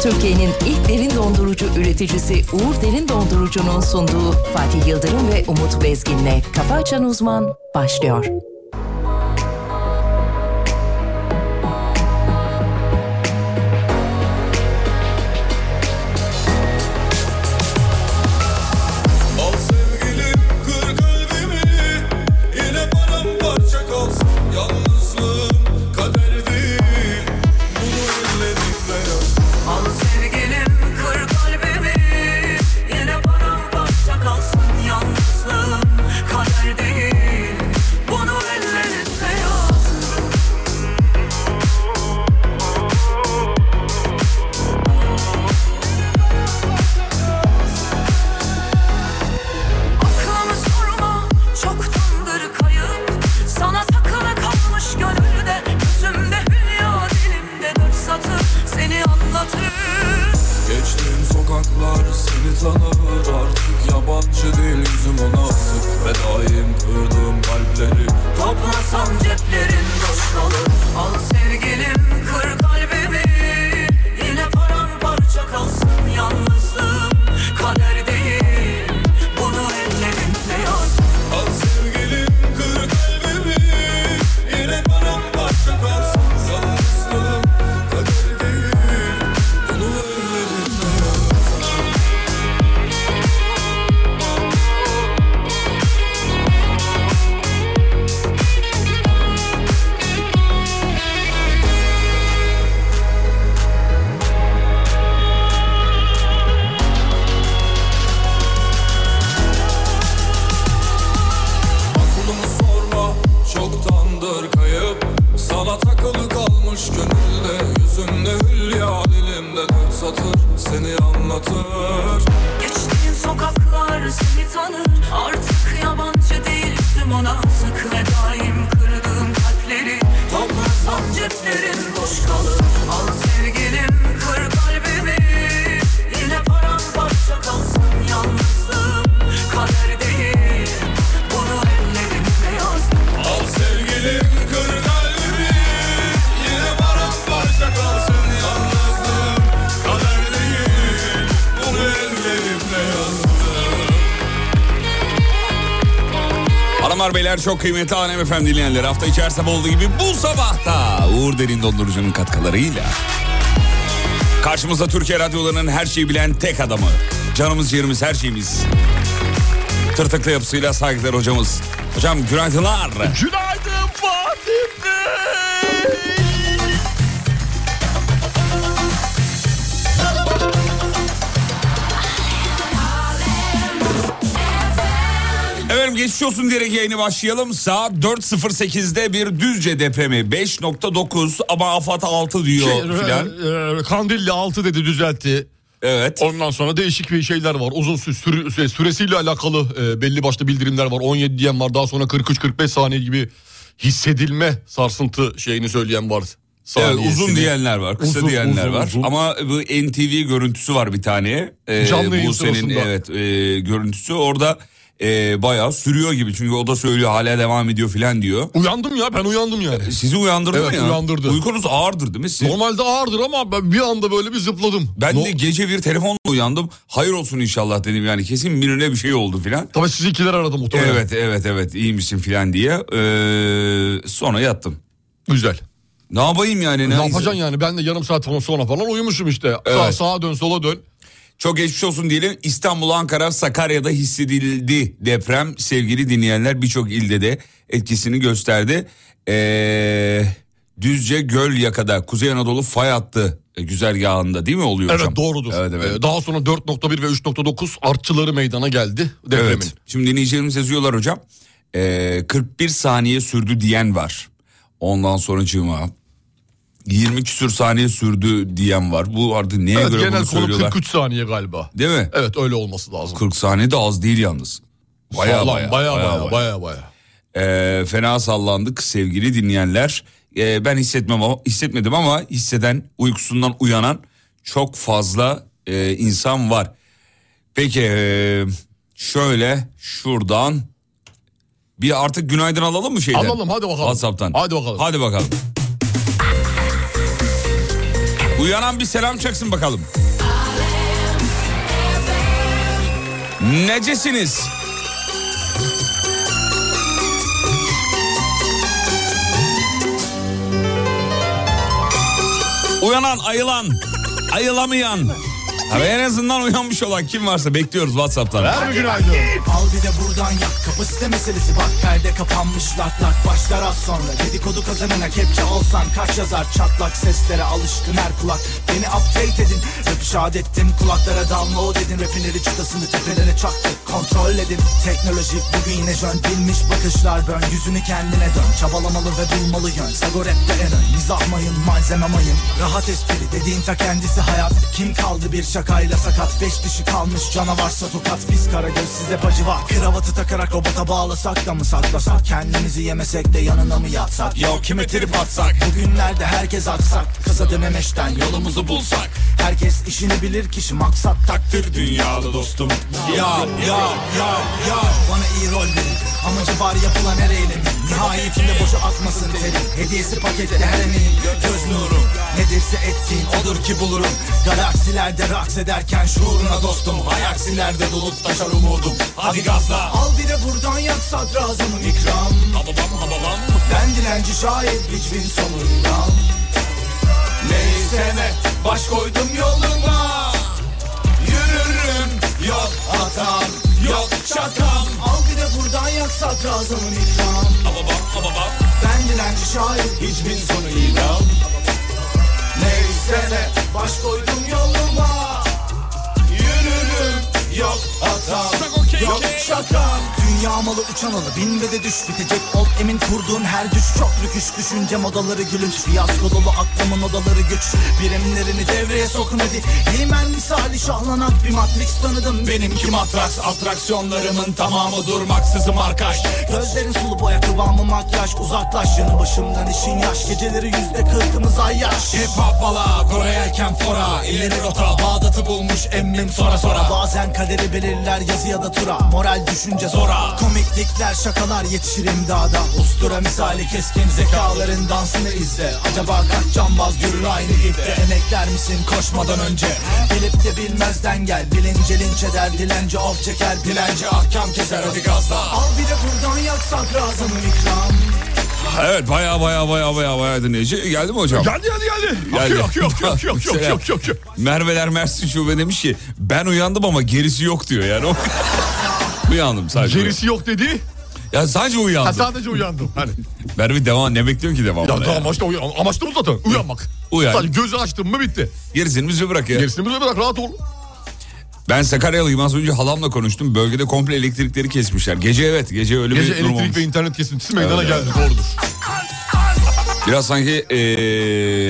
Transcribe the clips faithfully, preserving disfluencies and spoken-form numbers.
Türkiye'nin ilk derin dondurucu üreticisi Uğur Derin Dondurucu'nun sunduğu Fatih Yıldırım ve Umut Bezgin'le Kafa Açan Uzman başlıyor. Beyler, çok kıymetli Alem F M dinleyenleri, hafta içi her sabah olduğu gibi bu sabahta Uğur Derin Dondurucu'nun katkılarıyla karşımızda Türkiye radyolarının her şeyi bilen tek adamı, canımız ciğerimiz her şeyimiz, tırtıklı yapısıyla saygılar hocamız. Hocam günaydınlar. Günaydın Fatih Bey. Efendim geçmiş olsun diyerek yayını başlayalım. Saat dört sıfır sekizde bir Düzce depremi, beş nokta dokuz ama AFAD altı diyor şey, filan. E, e, Kandilli altı dedi, düzeltti. Evet. Ondan sonra değişik bir şeyler var. Uzun süre, süre süresiyle alakalı e, belli başlı bildirimler var. on yedi diyen var. Daha sonra kırk üç kırk beş saniye gibi hissedilme sarsıntı şeyini söyleyen var. Evet, uzun diyenler var, kısa uzun, diyenler uzun, var. uzun. Ama bu N T V görüntüsü var bir tane. Ee, Canlı yayın bu senin sırasında. evet e, görüntüsü orada e, bayağı sürüyor gibi. Çünkü o da söylüyor, hala devam ediyor filan diyor. Uyandım ya, ben uyandım yani. Sizi uyandırdı evet, mı ya? uyandırdı. Uykunuz ağırdır değil mi sizin? Normalde ağırdır ama ben bir anda böyle bir zıpladım. Ben no. de gece bir telefonla uyandım. Hayır olsun inşallah dedim, yani kesin birine bir şey oldu filan. Tabii sizinkiler aradı muhtemelen. Evet evet evet iyi misin filan diye. Ee, sonra yattım. Güzel. Ne yapayım yani? Ne, ne yapacaksın yani? Ben de yarım saat sonra falan uyumuşum işte. Evet. Sağ, sağa dön, sola dön. Çok geçmiş olsun diyelim. İstanbul, Ankara, Sakarya'da hissedildi deprem. Sevgili dinleyenler, birçok ilde de etkisini gösterdi. Ee, Düzce Gölyaka'da, Kuzey Anadolu fay hattı güzergahında değil mi oluyor evet, hocam? Evet doğrudur. Evet, evet. Ee, daha sonra dört nokta bir ve üç nokta dokuz artçıları meydana geldi depremin. Evet. Şimdi dinleyicilerimiz yazıyorlar hocam. Ee, kırk bir saniye sürdü diyen var. Ondan sonra cıma. yirmi küsür saniye sürdü diyen var. Bu artık neye evet, göre genel bunu söylüyorlar? konu kırk üç saniye galiba. Değil mi? Evet, öyle olması lazım. kırk saniye de az değil yalnız. Baya baya baya baya baya baya. Ee, fena sallandık sevgili dinleyenler. Ee, ben hissetmem ama, hissetmedim ama hisseden, uykusundan uyanan çok fazla e, insan var. Peki e, şöyle şuradan bir artık günaydın alalım mı şeyden? Alalım, hadi bakalım. WhatsApp'tan. Hadi bakalım. Hadi bakalım. Uyanan bir selam çaksın bakalım. Necesiniz? Uyanan, ayılan, ayılamayan. Abi en azından uyanmış olan kim varsa bekliyoruz WhatsApp'tan. Ver bir günaydın. Al bir de buradan yak, kapasite meselesi bak, perde kapanmış, lak lak başlar az sonra. Dedikodu kazanına kepçe olsan kaç yazar, çatlak seslere alışkın her kulak. Beni update edin, rap şahit ettim, kulaklara download edin. Rapinleri çıtasını tepelere çaktık, kontrol edin. Teknoloji bugün yine jön, bilmiş bakışlar bön. Yüzünü kendine dön, çabalamalı ve bulmalı yön. Sago rapte en ön, mizah mayın, malzeme mayın. Rahat espri dediğin ta kendisi hayat. Kim kaldı bir şakayla sakat, beş dişi kalmış canavarsa tokat. Biz Karagöz size bacı var, kravatı takarak robota bağlasak da mı saklasak? Kendimizi yemesek de yanına mı yatsak? Yo kime trip atsak? Bugünlerde herkes aksak, kısa dönemeçten yolumuzu bulsak. Herkes işini bilir, kişi maksat takdir dünyalı dostum. Ya ya ya ya bana iyi rol verin, amacı var yapılan her eylemin. Nihayetinde boşa akmasın terin, hediyesi pakette her emeğin. Göz nurum nedirse ettiğin odur ki bulurum. Galaksilerde raks ederken şuuruna dostum. Ayaksilerde dolup taşar umudum. Hadi gazla. Al bir de buradan yak sadrazamın ikram. Hababam hababam. Ben dilenci şair hiçbir sonundan. Neyse ne baş koydum yoluma. Yürürüm yok hatam yok şakam. Al bir de buradan yak sadrazamın ikram. Hababam hababam. Ben dilenci şair hiçbir sonu idam. Neyse ne baş koydum yoluma. Yürürüm yok hatam yok şakam. Dünya malı uçan alı bin ve de düş, bitecek ol emin kurduğun her düş. Çok lüküş düşünce modaları gülünç, fiyasko dolu aklımın odaları güç. Birimlerini devreye sokun hadi. Heymen misali şahlanak bir Matrix tanıdım. Benimki matraks, atraksiyonlarımın tamamı durmaksızım arkadaş. Gözlerin sulu boya kıvamı makyaj, uzaklaş yanı başımdan işin yaş. Geceleri yüzde kırkımız ay yaş. Hip hop bala, Kore yelken fora, ileri rota, Bağdat'ı bulmuş emmim sonra sonra. Bazen kaderi belirler yazı ya da tura, moral düşünce zora. Komiklikler şakalar yetişir imdada. Ustura misali keskin zekaların dansını izle. Acaba kaç cambaz yürür aynı ipte? Emekler misin koşmadan önce? Bilip de bilmezden gel, bilince linç eder. Dilenci of çeker, dilenci ahkam keser, hadi gazla. Al bir de buradan yak sadrazamın ikram. Evet baya baya baya baya baya dinleyici. Geldi mi hocam? Geldi geldi geldi. Geldi. Yok yok yok yok yok yok yok yok. Merveler Mersin Şube demiş ki ben uyandım ama gerisi yok diyor yani. Uyandım sadece. Gerisi yok dedi. Ya sadece uyandım. Ha, sadece uyandım. Hani. Merve devam, ne bekliyorsun ki devamlı? Ya, ya? ya. Amaç da uyan, amaç da bu zaten. Uyanmak. Uyan. Sadece gözü açtın mı bitti. Gerisini bize bırak ya. Gerisini bize bırak, rahat ol. Ben Sakaryalıyım, az önce halamla konuştum. Bölgede komple elektrikleri kesmişler. Gece evet, gece öyle Gece bir durum olmuş. elektrik ve internet kesintisi meydana Evet, geldi, evet. doğrudur. Biraz sanki ee...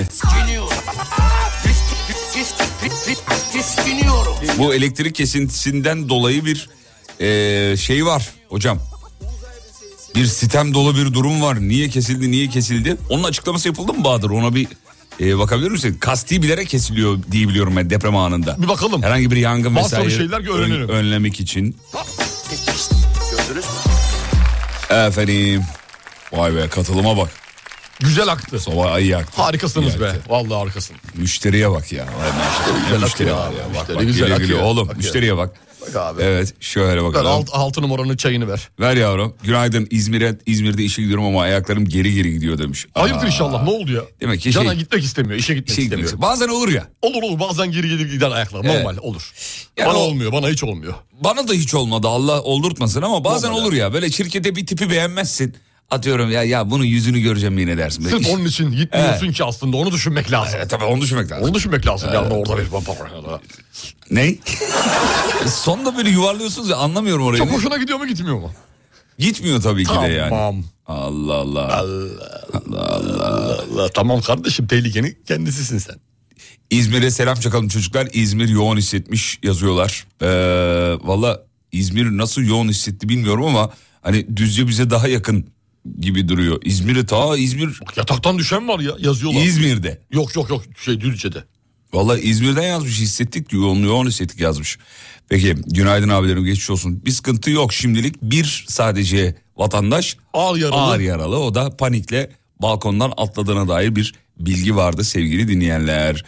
bu elektrik kesintisinden dolayı bir ee, şey var hocam. Bir sitem dolu bir durum var. Niye kesildi, niye kesildi? Onun açıklaması yapıldı mı Bahadır? Ona bir e, bakabilir misin? Kasti bilerek kesiliyor diye biliyorum ben deprem anında. Bir bakalım. Herhangi bir yangın Varsa vesaire bir şeyler öğrenelim. ön, önlemek için. Gördünüz mü? Efendim. Vay be, katılıma bak. Güzel aktı. Sabah ayı yaktı. Harikasınız İyi be. yaktı. Vallahi harikasın. Müşteriye bak ya. Vay müşteri, Güzel müşteri akıyor var abi, ya. Bak, müşteri bak, güzel geliyor, geliyor. akıyor. Oğlum Bak müşteriye bak. Bak abi. Evet şöyle Ver bakalım. alt, altının oranın çayını ver. Ver yavrum. Günaydın, İzmir'e İzmir'de işe gidiyorum ama ayaklarım geri geri gidiyor demiş. Hayırdır Aa, inşallah, ne oldu ya? Demek ki Cana şey- gitmek istemiyor, işe gitmek işe istemiyor. gitmek- Bazen olur ya. Olur olur, bazen geri gelir gider ayaklar, Evet. normal olur. Yani bana o- olmuyor, bana hiç olmuyor. Bana da hiç olmadı, Allah oldurtmasın ama bazen Normal olur ya. Böyle şirkete bir tipi beğenmezsin. Atıyorum ya ya bunun yüzünü göreceğim yine dersin. Böyle Sırf iş- onun için gitmiyorsun ki aslında, onu düşünmek lazım. Evet, tabii onu düşünmek lazım. Onu düşünmek lazım yani orada bir... Ne? Sonunda böyle yuvarlıyorsunuz ya, anlamıyorum orayı. Çok hoşuna gidiyor mu gitmiyor mu? Gitmiyor tabii ki de yani. Tamam. Allah Allah. Allah, tamam kardeşim, tehlikenin kendisisin sen. İzmir'e selam çakalım çocuklar. İzmir yoğun hissetmiş yazıyorlar. Ee, Valla İzmir nasıl yoğun hissetti bilmiyorum ama hani Düzce bize daha yakın gibi duruyor. İzmir'e ta İzmir... Bak, yataktan düşen var ya, yazıyorlar. İzmir'de. Yok yok yok, şey Düzce'de. Vallahi İzmir'den yazmış, hissettik diyor, yoğun, yoğun hissettik yazmış. Peki günaydın abilerim, geçmiş olsun. Bir sıkıntı yok şimdilik, bir sadece vatandaş Ağır yaralı. ağır yaralı, o da panikle balkondan atladığına dair bir bilgi vardı sevgili dinleyenler.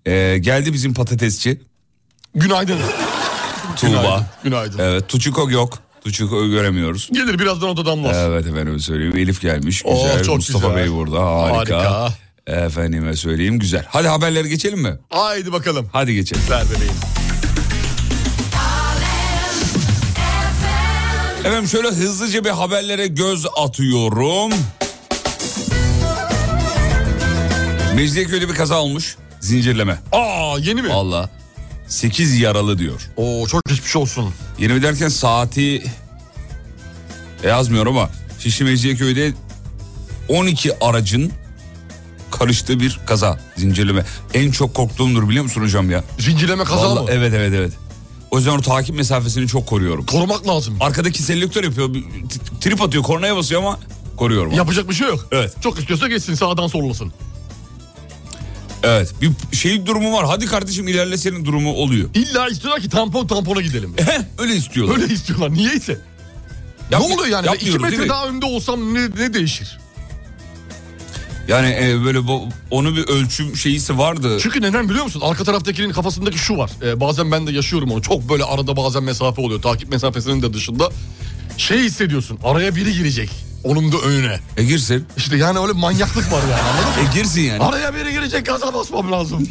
Ee, geldi bizim patatesçi. Günaydın. Tuğba. Günaydın. Günaydın. Evet, Tuçiko yok. Tuçiko'yu göremiyoruz. Gelir birazdan o da damlar. Evet efendim söyleyeyim. Elif gelmiş. Oh, Güzel. çok Mustafa güzel. Bey burada. Harika. Harika. Efendime söyleyeyim güzel. Hadi haberlere geçelim mi? Haydi bakalım. Hadi geçelim. Ver bebeğim. Efendim şöyle hızlıca bir haberlere göz atıyorum. Mecidiyeköy'de bir kaza olmuş. Zincirleme. Aa yeni mi? Valla. sekiz yaralı diyor. Oo çok geçmiş olsun. Yeni mi derken saati yazmıyor ama Şişli Mecidiyeköy'de on iki aracın karıştığı bir kaza. Zincirleme. En çok korktuğumdur biliyor musun hocam ya? Zincirleme kaza Vallahi, mı? evet evet evet. O yüzden o takip mesafesini çok koruyorum. Korumak lazım. Arkadaki selektör yapıyor. t- Trip atıyor, kornaya basıyor ama koruyorum. Yapacak bir şey yok. Evet. Çok istiyorsa geçsin, sağdan sollasın. Evet. Bir şey durumu var. Hadi kardeşim ilerle, senin durumu oluyor. İlla istiyorlar ki tampon tampona gidelim. Öyle istiyorlar. Öyle istiyorlar. Niyeyse. Yap- ne oluyor yani? yapmıyoruz, iki değil metre mi? daha önde olsam ne, ne değişir? Yani e, böyle bu, onu bir ölçüm şeyisi vardı. Çünkü neden biliyor musun? Arka taraftakinin kafasındaki şu var. Ee, bazen ben de yaşıyorum onu. Çok böyle arada bazen mesafe oluyor. Takip mesafesinin de dışında. Şey hissediyorsun. Araya biri girecek. Onun da önüne. E girsin. İşte yani öyle manyaklık var yani, anladın mı? E girsin yani. Araya biri girecek, gaza basmam lazım.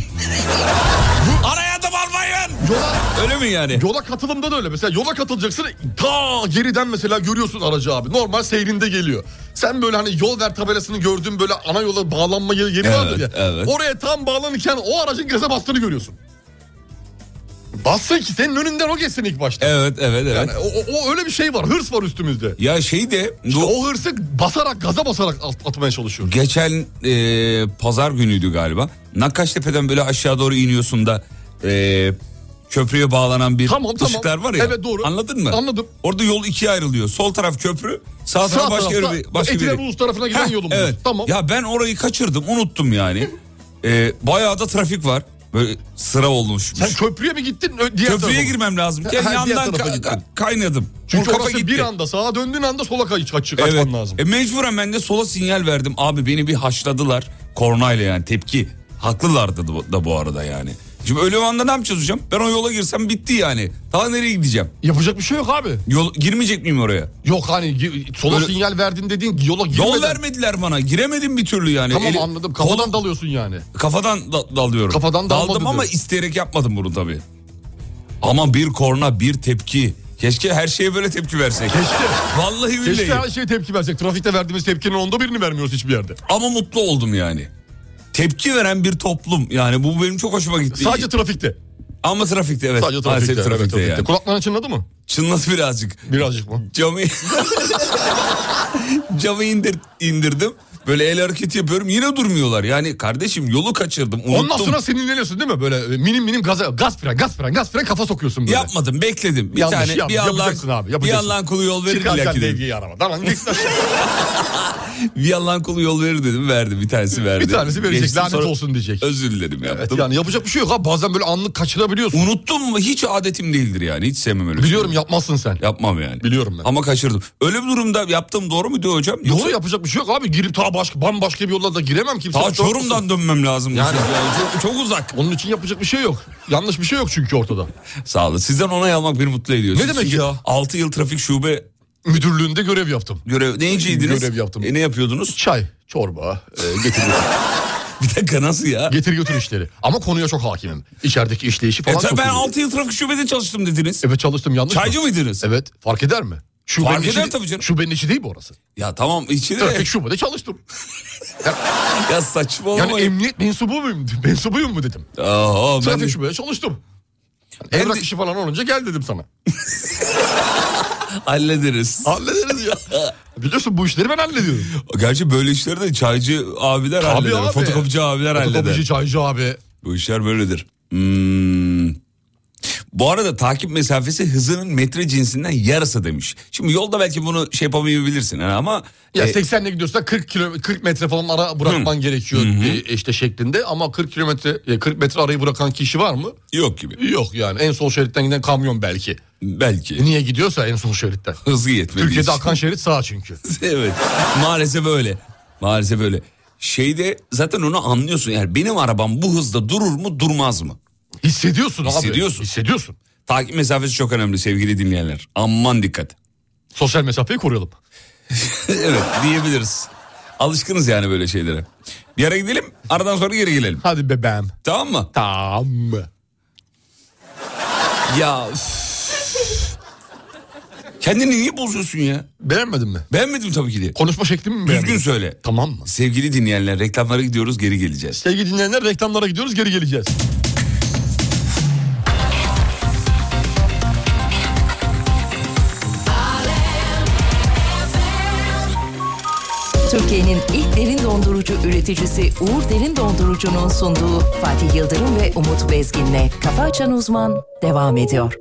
Araya da varmayın. Yola, Öyle mi yani? yola katılımda da öyle. Mesela yola katılacaksın. Ta geriden mesela görüyorsun aracı abi. Normal seyrinde geliyor. Sen böyle hani yol ver tabelasını gördüğün böyle ana yola bağlanma yeri Evet, vardır ya. evet. Oraya tam bağlanırken o aracın gaza bastığını görüyorsun. Bassın ki senin önünden o geçsin ilk başta. Evet evet evet. Yani o, o- o öyle bir şey var. Hırs var üstümüzde. Ya şey de İşte bu o hırsı basarak, gaza basarak at- atmaya çalışıyoruz. geçen e, pazar günüydü galiba. Nakkaştepe'den böyle aşağı doğru iniyorsun da e, köprüye bağlanan bir Tamam, tamam. ışıklar var ya. Evet, doğru. Anladın mı? Anladım. Orada yol ikiye ayrılıyor. Sol taraf köprü, sağ, Sağ taraf başka tarafta bir başka Etiler bir. Ulus tarafına giden Heh, yolumuz. evet. Tamam. Ya ben orayı kaçırdım, unuttum yani. e, bayağı da trafik var. Böyle sıra olmuş. Sen köprüye mi gittin? ö- Diğer Köprüye tarafa mı? girmem lazım. Ha, Gel diğer yandan tarafa ka- gittin. ka- kaynadım. Çünkü O kafa orası gitti. bir anda sağa döndüğün anda sola kaç, kaç, kaçman Evet. lazım. E, mecburen ben de sola sinyal verdim. Abi beni bir haşladılar. Kornayla yani tepki. Haklılardı da bu, da bu arada yani. Şimdi öyle o anda ne yapacağız hocam? Ben o yola girsem bitti yani. Daha nereye gideceğim? Yapacak bir şey yok abi. Yol, girmeyecek miyim oraya? Yok hani gi- sola Öyle- sinyal verdin dediğin yola girmeden. Yol vermediler bana. Giremedim bir türlü yani. Tamam Eli- anladım. Kafadan Kolum- dalıyorsun yani. Kafadan da- dalıyorum. Kafadan dalmadı Daldım ama diyor. isteyerek yapmadım bunu tabii. Ama bir korna, bir tepki. Keşke her şeye böyle tepki versek. Keşke. Vallahi billahi. Keşke her şeye tepki versek. Trafikte verdiğimiz tepkinin onda birini vermiyoruz hiçbir yerde. Ama mutlu oldum yani. Tepki veren bir toplum. Yani bu benim çok hoşuma gitti. Sadece trafikte. Ama trafikte evet. Sadece trafikte. Maalesef evet, trafikte. yani. Kulakların çınladı mı? Çınladı birazcık. Birazcık mı? Camı camı indir, indirdim. Böyle el hareketi yapıyorum. Yine durmuyorlar. Yani kardeşim yolu kaçırdım. Unuttum. Ondan sonra sinirleniyorsun değil mi? Böyle minim minim gaza, gaz fren, gaz fren, gaz fren kafa sokuyorsun böyle. Yapmadım, bekledim. Bir Yanlış, tane yanlış. bir Allah Yapacaksın abi, bir yapacaksın. Allah'ın kulu yol verir Çıkarken illaki dedim. devriyeyi arama. Tamam geçsin aşağı. Bir Allah'ın kulu yol verir dedim. Verdi, bir tanesi verdi. Bir tanesi verecek, Geçtim, lanet sonra olsun diyecek. Özür dilerim Evet, yaptım. yani yapacak bir şey yok abi. Bazen böyle anlık kaçırabiliyorsun. Unuttum mu hiç adetim değildir yani. Hiç sevmem öyle Biliyorum şeyleri. yapmazsın sen. Yapmam yani. Biliyorum ben. Ama kaçırdım. Öyle bir durumda yaptığım doğru muydu hocam? Doğru Yoksa yapacak bir şey yok abi. Girip ta başka bambaşka bir yolda da giremem kimse. ta Çorum'dan dönmem lazım. Yani- Yani, çok, çok uzak. Onun için yapacak bir şey yok. Yanlış bir şey yok çünkü ortada. Sağ olun. Sizden onay almak beni mutlu ediyor. Ne Siz demek çünkü ya? altı yıl trafik şube Müdürlüğünde görev yaptım. görev neyiciydiniz? Görev yaptım. E, ne yapıyordunuz? Çay, çorba, e, getir götür. Bir dakika nasıl ya? getir götür işleri. Ama konuya çok hakimim. İçerideki işleyişi E, falan tabii çok ben iyi. altı yıl trafik şubede çalıştım dediniz. Evet çalıştım, yanlış Çaycı mı? mıydınız? Evet, fark eder mi? Şubenin Fark içi- eder tabii canım. Şubenin içi değil mi orası? Ya tamam içi de Trafik şubede çalıştım. ya saçma Yani olma. emniyet mensubu muyum? Mensubuyum mu dedim. Aa, ben Trafik de- şubede çalıştım. Ben Evrak de- işi falan olunca gel dedim sana. hallederiz. Hallederiz ya. Biliyorsun bu işleri ben hallediyorum. Gerçi böyle işleri de çaycı abiler Tabii halleder. abi. Fotokopici abiler halleder. Fotokopici, çaycı abi. Bu işler böyledir. Hmm. Bu arada takip mesafesi hızının metre cinsinden yarısı demiş. Şimdi yolda belki bunu şey yapamayabilirsin yani ama... Ya e, seksenle gidiyorsa kırk kilometre kırk metre falan ara bırakman gerekiyor e, işte şeklinde, ama kırk kilometre e, kırk metre arayı bırakan kişi var mı? yok gibi. Yok yani, en sol şeritten giden kamyon belki. Belki. Niye gidiyorsa en sol şeritten. Hızı yetmediği Türkiye'de için. akan şerit sağ çünkü. Evet. Maalesef öyle. Maalesef öyle. şeyde zaten onu anlıyorsun. Yani benim arabam bu hızda durur mu durmaz mı? Hissediyorsun, Hissediyorsun. abi. Hissediyorsun. Takip mesafesi çok önemli sevgili dinleyenler. Aman dikkat. Sosyal mesafeyi koruyalım. Evet diyebiliriz. Alışkınız yani böyle şeylere. Bir ara gidelim, aradan sonra geri gelelim. Hadi bebeğim. Tamam mı? Tamam mı? Ya kendini niye bozuyorsun ya? Beğenmedin mi? Beğenmedim tabii ki de. Konuşma şeklimi mi beğenmedin? Düzgün söyle. Tamam mı? Sevgili dinleyenler, reklamlara gidiyoruz, geri geleceğiz. Sevgili dinleyenler, reklamlara gidiyoruz, geri geleceğiz. Türkiye'nin ilk derin dondurucu üreticisi Uğur Derin Dondurucu'nun sunduğu Fatih Yıldırım ve Umut Bezgin'le Kafa Açan Uzman devam ediyor.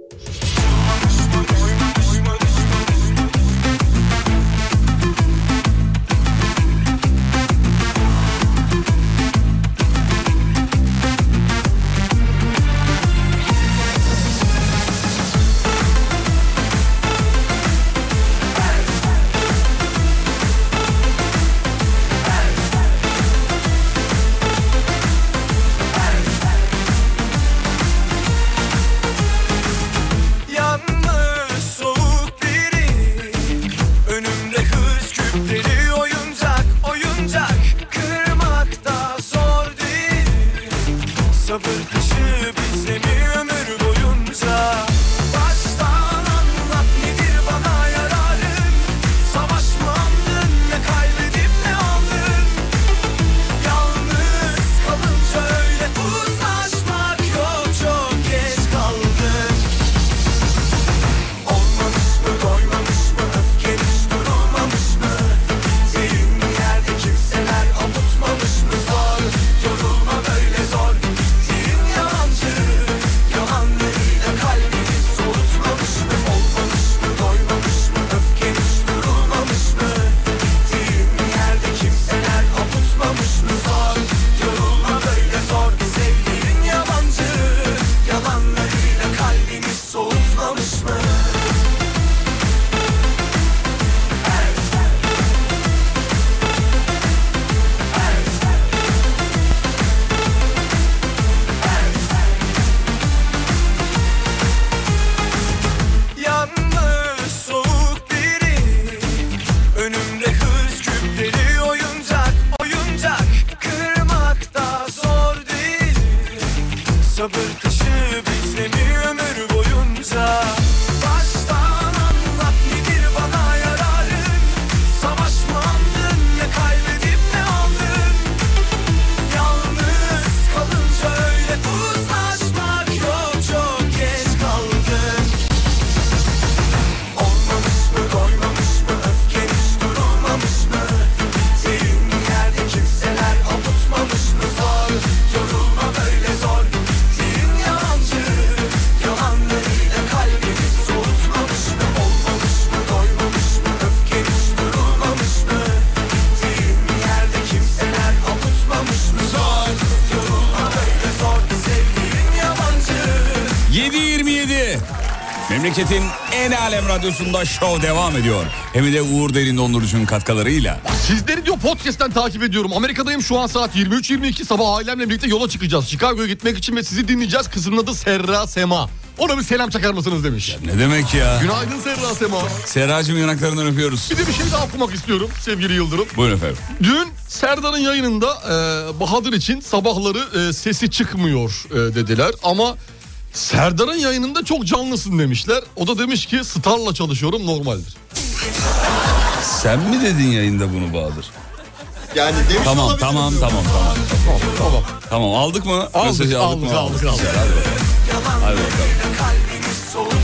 Memleketin en alem radyosunda show devam ediyor. Hem de Uğur Derin Dondurucu'nun katkılarıyla. Sizleri diyor podcast'ten takip ediyorum. Amerika'dayım şu an, saat yirmi üç yirmi iki, sabah ailemle birlikte yola çıkacağız. Chicago'ya gitmek için ve sizi dinleyeceğiz. Kızımın adı Serra Sema. Ona bir selam çakar mısınız demiş. Ya ne demek ya? Günaydın Serra Sema. Serracığım yanaklarından öpüyoruz. Bir de bir şey daha okumak istiyorum sevgili Yıldırım. Buyurun efendim. Dün Serdar'ın yayınında e, Bahadır için sabahları e, sesi çıkmıyor e, dediler. Ama Serdar'ın yayınında çok canlısın demişler. O da demiş ki Star'la çalışıyorum, normaldir. Sen mi dedin yayında bunu Bahadır? Yani demiş tamam, olabilirim tamam, diyorum. tamam, tamam, Tamam, tamam. tamam. Aldık mı? Aldık, Mesajı aldık, mı? aldık, aldık. Güzel, hadi bakalım. Hadi bakalım.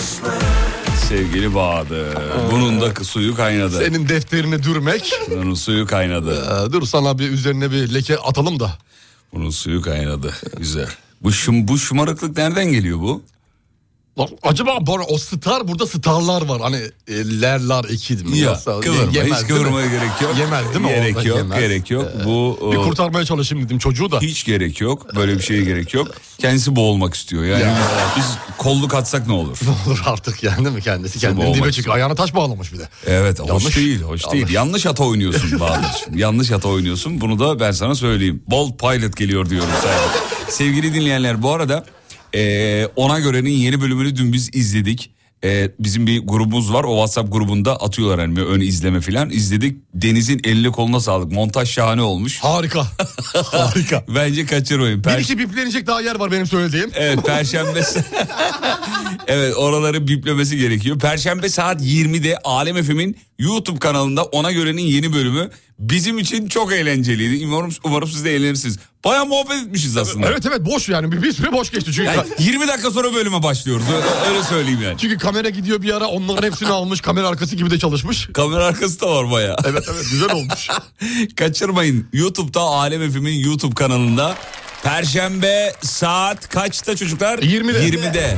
Sevgili Bahadır. Bunun da suyu kaynadı. Senin defterini dürmek. Bunun suyu kaynadı. Ee, dur sana bir üzerine bir leke atalım da. Bunun suyu kaynadı. Güzel. Bu şım, bu şımarıklık nereden geliyor bu? Acaba o star burada starlar var. Hani e, lerlar ekid mi? Ya kıvırma, Yemez, hiç kıvırmaya gerek yok. Yemez değil mi? Gerek Orada yok, yemez. gerek yok. Ee, Bu bir kurtarmaya çalışayım dedim çocuğu da. Hiç gerek yok. Böyle bir şeye gerek yok. Kendisi boğulmak istiyor. Yani Ya. biz kolluk atsak ne olur? Ne olur artık yani değil mi kendisi? Kendini dibe çıkıyor. Ayağına taş bağlamış bir de. Evet, Yanlış. hoş değil, hoş Yanlış. değil. Yanlış hata oynuyorsun Bahadır'cığım. Yanlış hata oynuyorsun. Bunu da ben sana söyleyeyim. Bolt Pilot geliyor diyorum sadece. Sevgili dinleyenler, bu arada e, Ona Göre'nin yeni bölümünü dün biz izledik. E, bizim bir grubumuz var. O WhatsApp grubunda atıyorlar hani ön izleme falan. İzledik. Deniz'in eline koluna sağlık. Montaj şahane olmuş. Harika. Harika. Bence kaçırmayın. Bir iki biplenecek daha yer var benim söylediğim. Evet, Perşembe. Evet, oraları biplemesi gerekiyor. Perşembe saat yirmide Alem F M'in YouTube kanalında Ona Göre'nin yeni bölümü bizim için çok eğlenceliydi. Umarım, umarım siz de eğlenirsiniz. Bayağı muhabbet etmişiz aslında. Evet evet boş yani bir, bir süre boş geçti çünkü. Yani yirmi dakika sonra bölüme başlıyoruz. Öyle, öyle söyleyeyim yani. Çünkü kamera gidiyor bir ara, onların hepsini almış, kamera arkası gibi de çalışmış. Kamera arkası da var bayağı. Evet evet güzel olmuş. Kaçırmayın. YouTube'da Alem F M'in YouTube kanalında Perşembe saat kaçta çocuklar? yirmide. yirmide.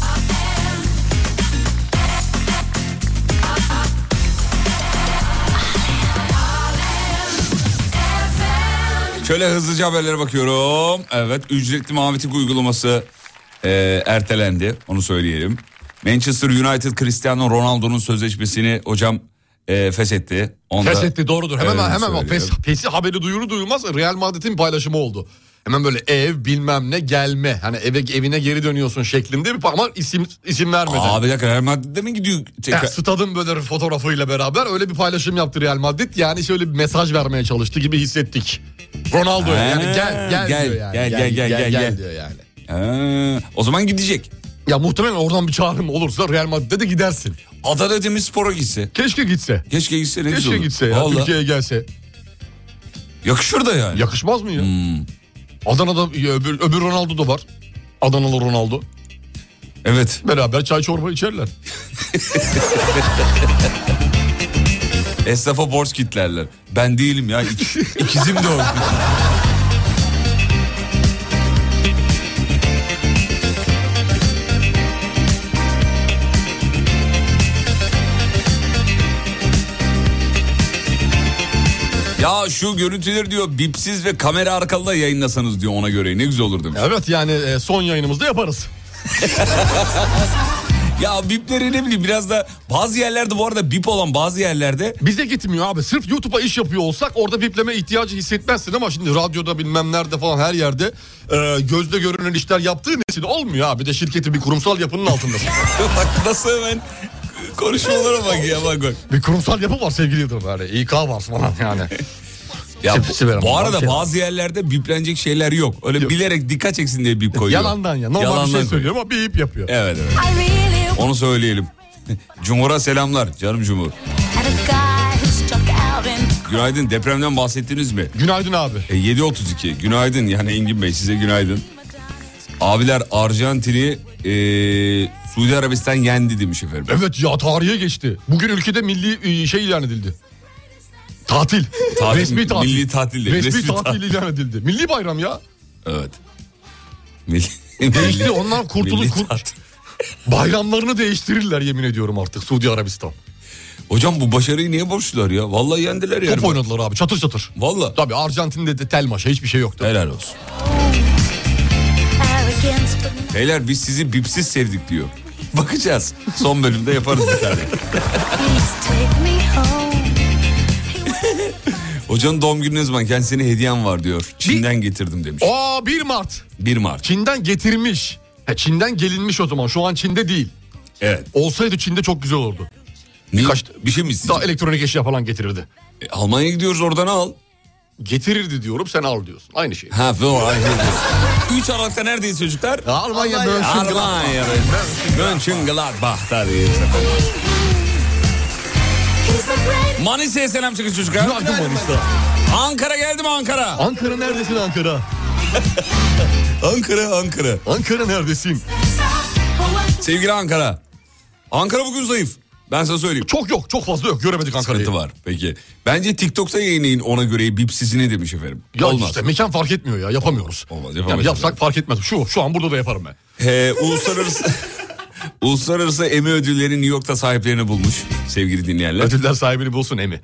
Şöyle hızlıca haberlere bakıyorum. Evet, ücretli mavi tik uygulaması e, ertelendi. Onu söyleyelim. Manchester United Cristiano Ronaldo'nun sözleşmesini hocam e, feshetti. Onda, Feshetti doğrudur. Hemen evet, hemen bak pes, pesi haberi duyuru duymaz Real Madrid'in paylaşımı oldu. Hemen böyle ev bilmem ne gelme. Hani eve evine geri dönüyorsun şeklinde bir ama isim isim vermeden. Abi dakika, Real Madrid'de mi gidiyor? Ya, stadın böyle fotoğrafıyla beraber öyle bir paylaşım yaptı Real Madrid. Yani şöyle bir mesaj vermeye çalıştı gibi hissettik. Ronaldo yani gel gel, gel, diyor yani. Gel gel gel gel, gel. diyor yani. Ha, o zaman gidecek. Ya muhtemelen oradan bir çağrım olursa Real Madrid'de de gidersin. Adana Demirspor'a gitse. Keşke gitse. Keşke gitse, ne güzel Keşke olur. gitse ya. Vallahi. Türkiye'ye gelse. Yakışır da yani. Yakışmaz mı ya? Hmm. Adana'da öbür, öbür Ronaldo da var. Adanalı Ronaldo. Evet. Beraber çay çorba içerler. Esnafa borç kitlerler. Ben değilim ya. İk, ikizim de o. Ya şu görüntüleri diyor bipsiz ve kamera arkalı da yayınlasanız diyor Ona Göre. Ne güzel olur demiş. Evet yani son yayınımızda yaparız. Ya bipleri ne bileyim biraz da bazı yerlerde bu arada bip olan bazı yerlerde. Bize gitmiyor abi. Sırf YouTube'a iş yapıyor olsak orada bipleme ihtiyacı hissetmezsin ama şimdi radyoda bilmem nerede falan her yerde e, gözde görünen işler yaptığın için olmuyor abi. Bir de şirketi bir kurumsal yapının altındasın. Bak nasıl hemen konuşmalara bak ya bak bak. Bir kurumsal yapı var sevgili Yıldırım böyle. İK var falan yani. Ya Sip- siverim. bu, bu arada Şey- bazı yerlerde biplenecek şeyler yok. Öyle yok. Bilerek dikkat çeksin diye bip koyuyor. Yalandan ya. Normal Yalandan bir şey koyuyor. söylüyorum ama bir ip yapıyor. Evet evet. Onu söyleyelim. Cumhur'a selamlar canım Cumhur. Günaydın, depremden bahsettiniz mi? Günaydın abi. E, yedi otuz iki günaydın yani Engin Bey, size günaydın. Abiler Arjantin'i e, Suudi Arabistan yendi demiş efendim. Evet ya tarihe geçti. Bugün ülkede milli şey ilan edildi. Tatil. Tatil, Resmi tatil. milli tatil değil, Resmi, resmi tatil, tatil. ilan edildi. Milli bayram ya. Evet. Milli, Değişti onlar kurtuluş. milli Kur... tatil. Bayramlarını değiştirirler yemin ediyorum artık Suudi Arabistan. Hocam bu başarıyı niye borçlular ya? Vallahi yendiler yani. Top oynadılar abi çatır çatır. Vallahi. Tabii Arjantin'de de tel maşa hiçbir şey yoktu. Helal olsun. Beyler biz sizi bipsiz sevdik diyor. Bakacağız. Son bölümde yaparız bir tane. Hocanın doğum günü ne zaman? Kendisine hediyem var diyor. Çin'den getirdim demiş. Aa bir Mart. bir Mart. Çin'den getirmiş. He, Çin'den gelinmiş o zaman. Şu an Çin'de değil. Evet. Olsaydı Çin'de çok güzel olurdu. Ne? Birkaç- Bir şey mi Daha isteyeceksin? elektronik eşya falan getirirdi. E, Almanya'ya gidiyoruz, oradan al. Getirirdi diyorum sen al diyorsun. Aynı şey. Ha, üç Aralık'ta neredeyiz çocuklar? Almanya Mönchengladbach. Almanya'da. Mönchengladbach'tayız. Manisa'ya selam çıkın çocuklar. Günaydın Manisa. Ankara geldi mi Ankara? Ankara neredesin Ankara? Ankara, Ankara. Ankara neredesin? Sevgili Ankara. Ankara bugün zayıf. Ben sana söyleyeyim. Çok yok çok fazla yok göremedik Ankara'yı. Sıkıntı var peki. Bence TikTok'ta yayınlayın Ona Göre'yi bipsizini demiş efendim. Ya Olmaz. işte mekan fark etmiyor ya yapamıyoruz. Olmaz, Yani yapamayız. yapsak fark etmez. Şu şu an burada da yaparım ben. Ee, uluslararası Uluslararası Emmy ödülleri New York'ta sahiplerini bulmuş sevgili dinleyenler. Ödüller sahibini bulsun Emmy.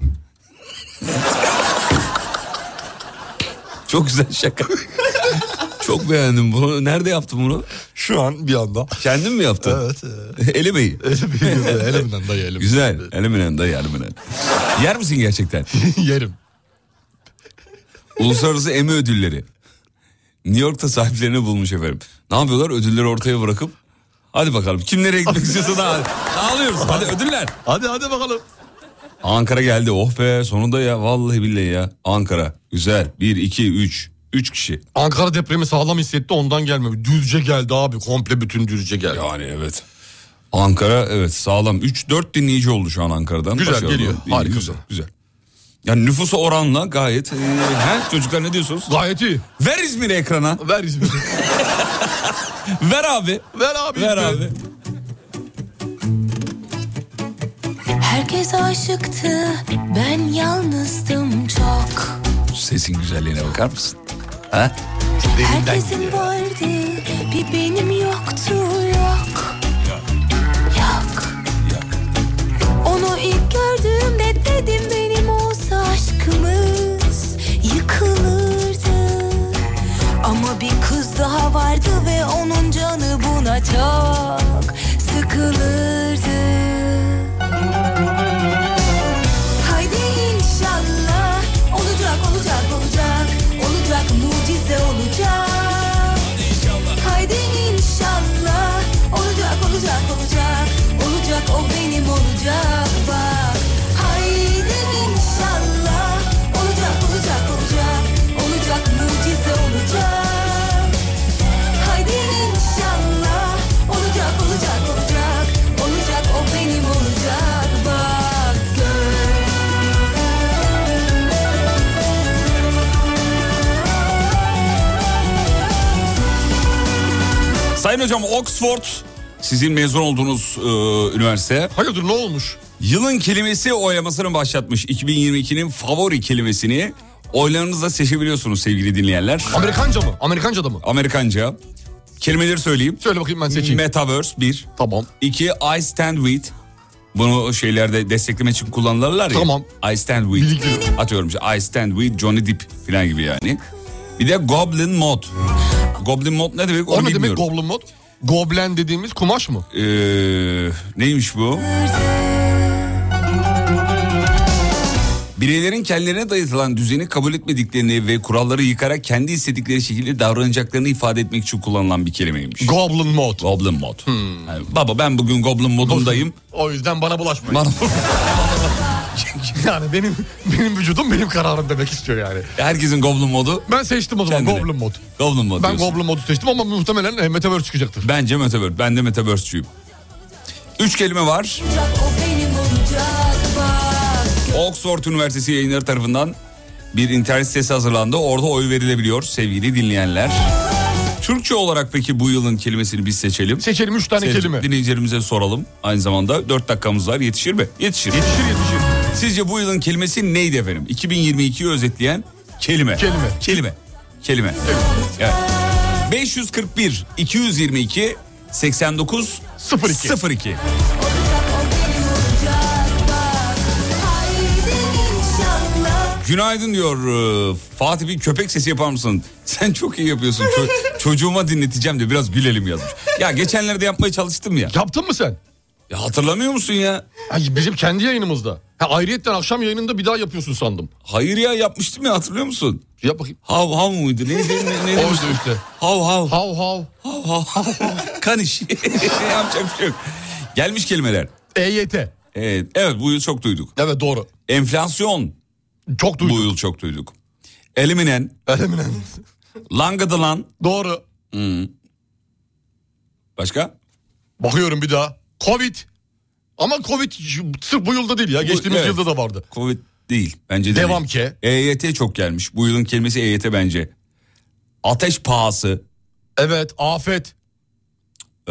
Çok güzel şaka. Çok beğendim bunu. Nerede yaptın bunu? Şu an bir anda. Kendin mi yaptın? Evet. evet. Elemeyi. Elimden dayı elimden. Güzel. Elimden dayı elimden. Yer misin gerçekten? Yerim. Uluslararası Emmy ödülleri New York'ta sahiplerini bulmuş efendim. Ne yapıyorlar? Ödülleri ortaya bırakıp hadi bakalım kim nereye gitmek istiyorsa da dağılıyoruz. Hadi ödüller. Hadi hadi bakalım. Ankara geldi. Oh be sonunda ya. Vallahi billahi ya. Ankara. Güzel. Bir, iki, üç. Üç kişi. Ankara depremi sağlam hissetti ondan gelmiyor. Düzce geldi abi. Komple bütün Düzce geldi. Yani evet. Ankara evet sağlam. Üç dört dinleyici oldu şu an Ankara'dan. Güzel Başarılı. geliyor. İyi, Harika. Güzel. güzel. Yani nüfusa oranla gayet. E, he, çocuklar ne diyorsunuz? Gayet iyi. Ver İzmir'i ekrana. Ver İzmir'i. Ver abi. Ver abi. Ver İzmir'i. abi. Herkes aşıktı, ben yalnızdım çok. Sesin güzelliğine bakar mısın? Ha? Herkesin vardı, bir benim yoktu, yok. Yok. Onu ilk gördüğümde dedim benim olsa aşkımız yıkılırdı. Ama bir kız daha vardı ve onun canı buna çok sıkılırdı. Haydi inşallah olacak olacak olacak olacak mucize olacak. Haydi inşallah olacak olacak olacak olacak o benim olacak bak. Haydi inşallah olacak olacak olacak olacak mucize olacak. Haydi inşallah olacak olacak olacak olacak o benim olacak bak gör. Sayın hocam Oxford sizin mezun olduğunuz e, üniversite. Hayırdır ne olmuş? Yılın kelimesi oylamasını başlatmış. iki bin yirmi ikinin favori kelimesini oylarınızla seçebiliyorsunuz sevgili dinleyenler. Amerikanca mı? Amerikanca da mı? Amerikanca. Kelimeleri söyleyeyim. Söyle bakayım ben seçeyim. Metaverse bir. Tamam. İki I stand with. Bunu şeylerde destekleme için kullanırlar ya. Tamam. I stand with. Bildim. Atıyorum işte I stand with Johnny Depp falan gibi yani. Bir de Goblin Mod. Goblin Mod ne demek onu O ne demek bilmiyorum. goblin mod? Goblen dediğimiz kumaş mı? Ee, neymiş bu? Bireylerin kendilerine dayatılan düzeni kabul etmediklerini ve kuralları yıkarak kendi istedikleri şekilde davranacaklarını ifade etmek için kullanılan bir kelimeymiş. Goblin mod. Goblin mod. Yani baba ben bugün Goblin modundayım. O yüzden bana bulaşmayın. Bana... Yani benim benim vücudum benim kararım demek istiyor yani. Herkesin Goblin modu. Ben seçtim o zaman Kendine. Goblin mod. Goblin mod Ben diyorsun. Goblin modu seçtim ama muhtemelen e, Metaverse çıkacaktır. Bence Metaverse. Ben de Metaverse'cuyum. Üç kelime var. O benim olacak bak. Oxford Üniversitesi yayınları tarafından bir internet sitesi hazırlandı. Orada oy verilebiliyor sevgili dinleyenler. Türkçe olarak peki bu yılın kelimesini biz seçelim. Seçelim üç tane Seçelim. kelime. Dinleyicilerimize soralım. Aynı zamanda dört dakikamız var. Yetişir mi? Yetişir. Yetişir yetişir. Sizce bu yılın kelimesi neydi efendim? iki bin yirmi ikiyi özetleyen kelime. Kelime. Kelime. Kelime. Evet. beş yüz kırk bir iki yüz yirmi iki seksen dokuz sıfır iki. sıfır iki. Günaydın diyor e, Fatih, bir köpek sesi yapar mısın? Sen çok iyi yapıyorsun. Ço- çocuğuma dinleteceğim diyor. Biraz gülelim yazmış. Ya geçenlerde yapmaya çalıştım ya. Yaptın mı sen? Ya hatırlamıyor musun ya? Ay, bizim kendi yayınımızda. Ha, ayrıyetten akşam yayınında bir daha yapıyorsun sandım. Hayır ya, yapmıştım ya, hatırlıyor musun? Yap bakayım. Hav hav muydu? Neydi? Ne, ne O demiştim? işte. Hav hav. Hav hav. Hav hav hav. Kan iş. Yapacak bir şey yok. Gelmiş kelimeler. E Y T. Evet, evet bu yıl çok duyduk. Evet doğru. Enflasyon. Çok duydum. Bu yıl çok duyduk. Eliminen. Eliminen. Langıdılan. Doğru. Hmm. Başka? Bakıyorum bir daha. Covid. Ama Covid sırf bu yılda değil ya. Geçtiğimiz evet. yılda da vardı. Covid değil. Bence de Devam değil. ki. E Y T çok gelmiş. Bu yılın kelimesi E Y T bence. Ateş pahası. Evet, afet. Ee,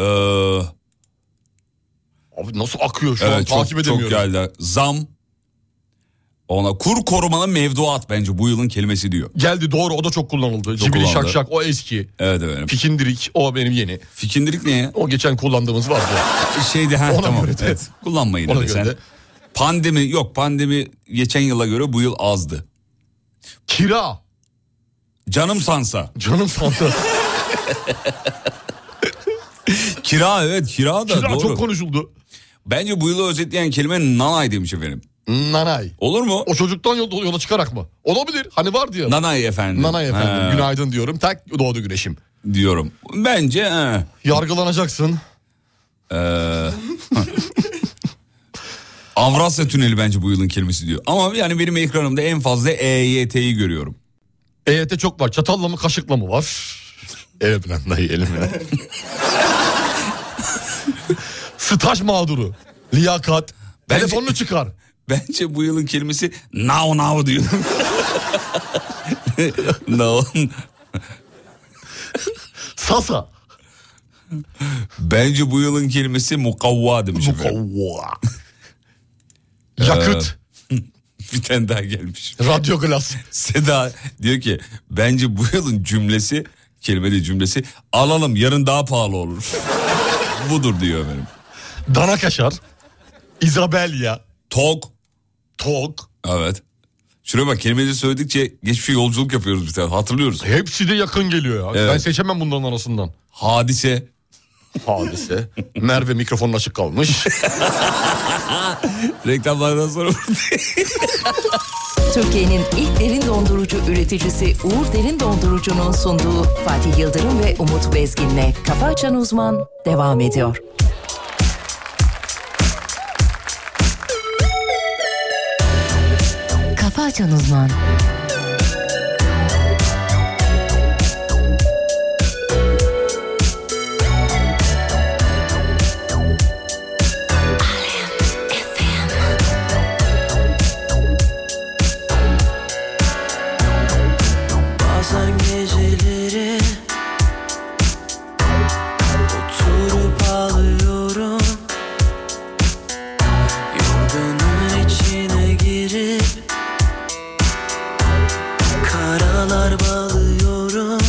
Abi nasıl akıyor şu evet, an çok, takip edemiyorum. çok geldi. Zam. Ona kur korumalı mevduat bence bu yılın kelimesi diyor. Geldi doğru, o da çok kullanıldı. Çok Cibili kullanıldı. şakşak o eski. Evet efendim. Fikindirik o benim yeni. Fikindirik ne ya? O geçen kullandığımız vardı. Şeydi ha Ona tamam. göre de. Evet. Kullanma yine Ona de göre sen. de. Pandemi yok, pandemi geçen yıla göre bu yıl azdı. Kira. Canım sansa. Canım sandı. Kira evet kira da Kira doğru. çok konuşuldu. Bence bu yılı özetleyen kelime nanay demiş efendim. Nanay. Olur mu? O çocuktan yola, yola çıkarak mı? Olabilir. Hani vardı ya. Nanay efendim. Nanay efendim. Ha, Günaydın diyorum. Tak doğdu güneşim. diyorum. Bence he. Yargılanacaksın. Ee, Avrasya Tüneli bence bu yılın kelimesi diyor. Ama yani benim ekranımda en fazla E Y T'yi görüyorum. E Y T çok var. Çatalla mı kaşıkla mı var? Elimle dayı elimle. Staj mağduru. Liyakat. Bence- Telefonunu çıkar. Bence bu yılın kelimesi now now diyor. Now. Sasa. Bence bu yılın kelimesi mukavva demiş efendim. Mukavva. Yakıt. Bir tane daha gelmiş. Radyo glas. Seda diyor ki bence bu yılın cümlesi, kelime değil cümlesi, alalım yarın daha pahalı olur. Budur diyor efendim. Dana kaşar. Isabella. Tok. Tok. Evet. Şuraya bak, kelimeleri söyledikçe geçmişe yolculuk yapıyoruz bir tane, hatırlıyoruz. Hepsi de yakın geliyor ya. Evet. Ben seçemem bunların arasından. Hadise. Hadise. Merve mikrofonun açık kalmış. Reklamlardan sonra Türkiye'nin ilk derin dondurucu üreticisi Uğur Derin Dondurucu'nun sunduğu Fatih Yıldırım ve Umut Bezgin'le Kafa Açan Uzman devam ediyor. Kafa Açan Uzman. Bazen geceleri oturup ağlıyorum, yorganın içine girip karalar bağlıyorum.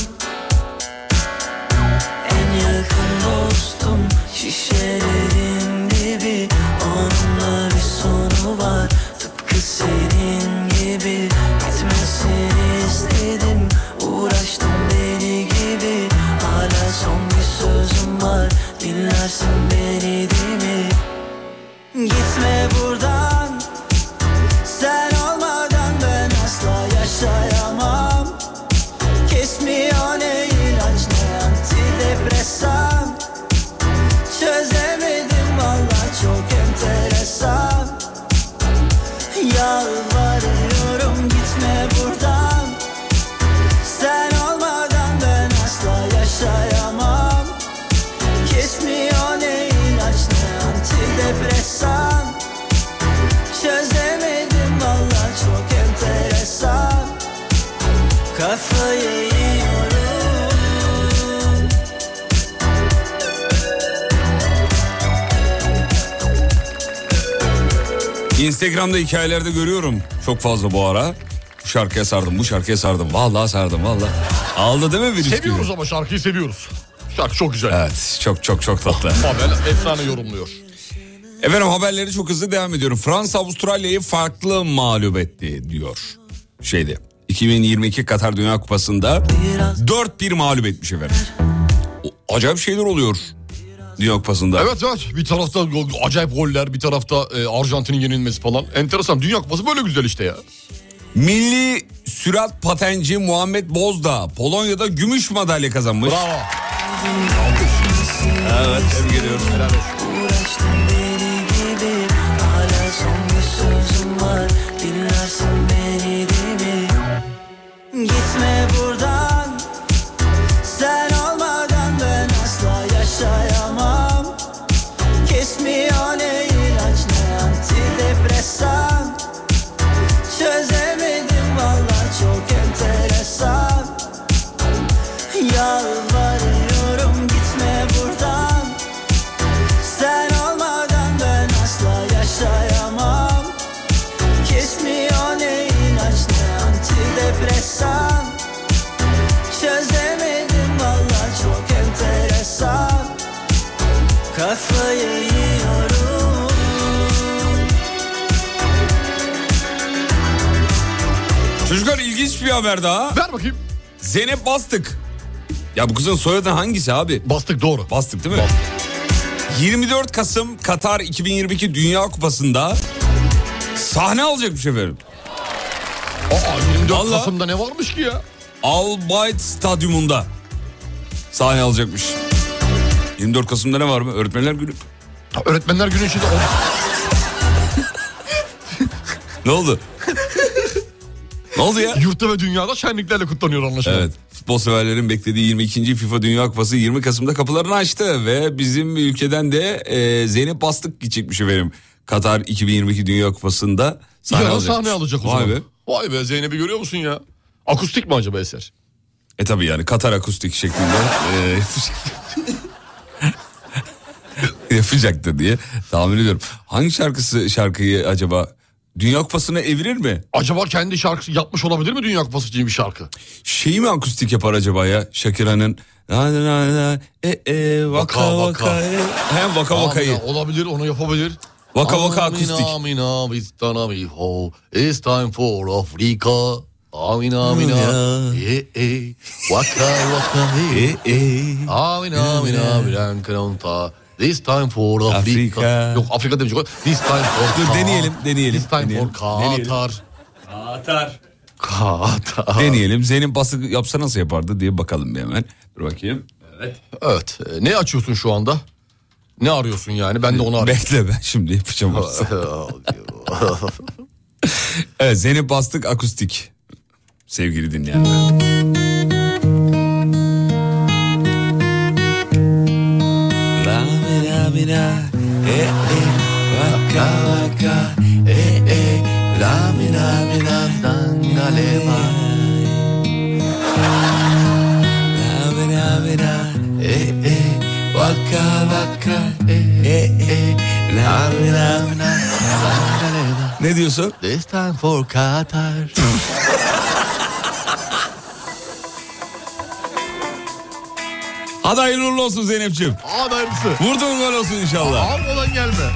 En yakın dostum şişelerin dibi, onunla bir sonu var tıpkı senin gibi. Gitmesini istedim, uğraştım deli gibi. Hala son bir sözüm var, dinlersin beni değil mi? Gitme buradan, sen olmadan ben asla yaşayamam. Kesmiyor ne ilaç ne antidepresan. Çözemedim valla, çok enteresan. Yalvarıyorum gitme buradan, sen olmadan ben asla yaşayamam. Kesmiyor ne ilaç ne antidepresan. Çözemedim valla, çok enteresan. Kafayı yiyorum. Instagram'da hikayelerde görüyorum çok fazla bu ara. Bu şarkıya sardım, bu şarkıya sardım. Vallahi sardım vallahi. Aldı değil mi virüs Seviyoruz gibi? ama şarkıyı seviyoruz. Şarkı çok güzel. Evet, çok çok çok tatlı. Haber efsane yorumluyor. Efendim haberleri çok hızlı devam ediyorum. Fransa Avustralya'yı farklı mağlup etti diyor. Şeyde iki bin yirmi iki Katar Dünya Kupası'nda dört bir mağlup etmiş efendim. O, acayip şeyler oluyor Dünya Kupası'nda. Evet evet, bir tarafta acayip goller, bir tarafta e, Arjantin'in yenilmesi falan. Enteresan, Dünya Kupası böyle güzel işte ya. Milli sürat patenci Muhammed Bozdağ Polonya'da gümüş madalya kazanmış. Bravo. Evet, tebrik ediyoruz. Helal olsun. Uğraştım deli gibi, hala son bir sözüm var, dinlersin beni değil mi? Gitme buradan, sen olmadan ben asla yaşayamam. Kesmiyor ne ilaç ne antidepresan. Çözemedim valla, çok enteresan. Yalvarıyorum gitme buradan, sen olmadan kafayı yiyorum. Çocuklar ilginç bir haber daha. Ver bakayım. Zeynep Bastık. Ya bu kızın soyadı hangisi abi? Bastık, doğru. Bastık değil mi? Bastık. yirmi dört Kasım Katar iki bin yirmi iki Dünya Kupası'nda sahne alacakmış efendim. Aa, yirmi dört Vallahi. Kasım'da ne varmış ki ya? Al Bayt Stadyumunda sahne alacakmış. yirmi dört Kasım'da ne var mı? Öğretmenler Günü. Ha, Öğretmenler Günü içinde... Ne oldu? Ne oldu ya? Yurtta ve dünyada şenliklerle kutlanıyor anlaşılan. Evet. Futbol severlerin beklediği yirmi ikinci FIFA Dünya Kupası yirmi Kasım'da kapılarını açtı ve bizim ülkeden de e, Zeynep Bastık gidecekmiş efendim. Katar iki bin yirmi iki Dünya Kupası'nda sahne Yarın alacakmış. sahne alacak o Vay zaman. be. Vay be, Zeynep'i görüyor musun ya? Akustik mi acaba eser? E tabi yani Katar akustik şeklinde e, yapacaktır diye tahmin ediyorum. Hangi şarkısı şarkıyı acaba Dünya Kupası'na evirir mi? Acaba kendi şarkısı yapmış olabilir mi Dünya Kupası için bir şarkı? Şeyi mi akustik yapar acaba ya Shakira'nın na na na na e e vaka Vaka, vaka, vaka. e. Hem vaka vakayı. Amina, olabilir, onu yapabilir. Vaka vaka akustik. Amina amina istanamiho, it's time for Africa. Amina amina e e vaka vaka e e amina amina bilankronta. This time for Africa. Afrika. Yok, Afrika demeyecek. This time for Dur, Ka- deneyelim, deneyelim, This time deneyelim. for Katar. Katar. Katar. Deneyelim. Zeynep Bastık yapsa nasıl yapardı diye bakalım bir hemen. Dur bakayım. Evet. Evet. e, Ne açıyorsun şu anda? Ne arıyorsun yani? Ben de onu arıyorum. Bekle ben şimdi yapacağım. Evet, Zeynep Bastık akustik. Sevgili dinleyenler. La mina mina e e vaka vaka e e la mina mina sangaleva la mina mina e e vaka vaka e e la mina mina sangaleva. Ne diyorsun? This time for Katar. Hadi hayırlı uğurlu olsun Zeynep'ciğim. Hadi hayırlısı. Vurdun gol olsun inşallah. Almadan gelme.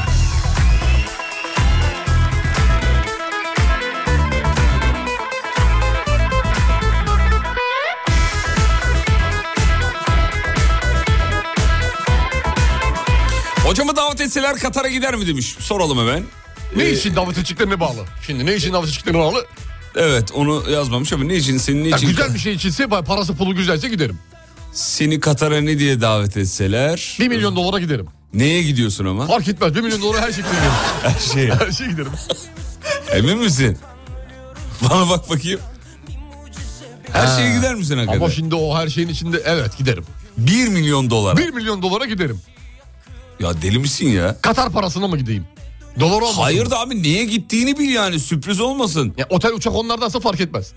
Hocamı davet etseler Katar'a gider mi demiş. Soralım hemen. Ne Ee, için davet edeceklerine bağlı. Şimdi ne için davet edeceklerine bağlı. Evet, onu yazmamış ama ne için, senin ne Ya için? güzel bir şey içinse, parası pulu güzelse giderim. Seni Katar'a ne diye davet etseler? Bir milyon dolara giderim. Neye gidiyorsun ama? Fark etmez, bir milyon dolara her şekilde giderim. Her şeye. Her şeye giderim. Emin misin? Bana bak bakayım. Her Ha. şeye gider misin hakikaten? Ama şimdi o her şeyin içinde evet giderim. Bir milyon dolara. Bir milyon dolara giderim. Ya deli misin ya? Katar parasına mı gideyim? Dolar olmasın. Hayır da abi, niye gittiğini bil yani, sürpriz olmasın. Ya, otel uçak onlardansa fark etmez.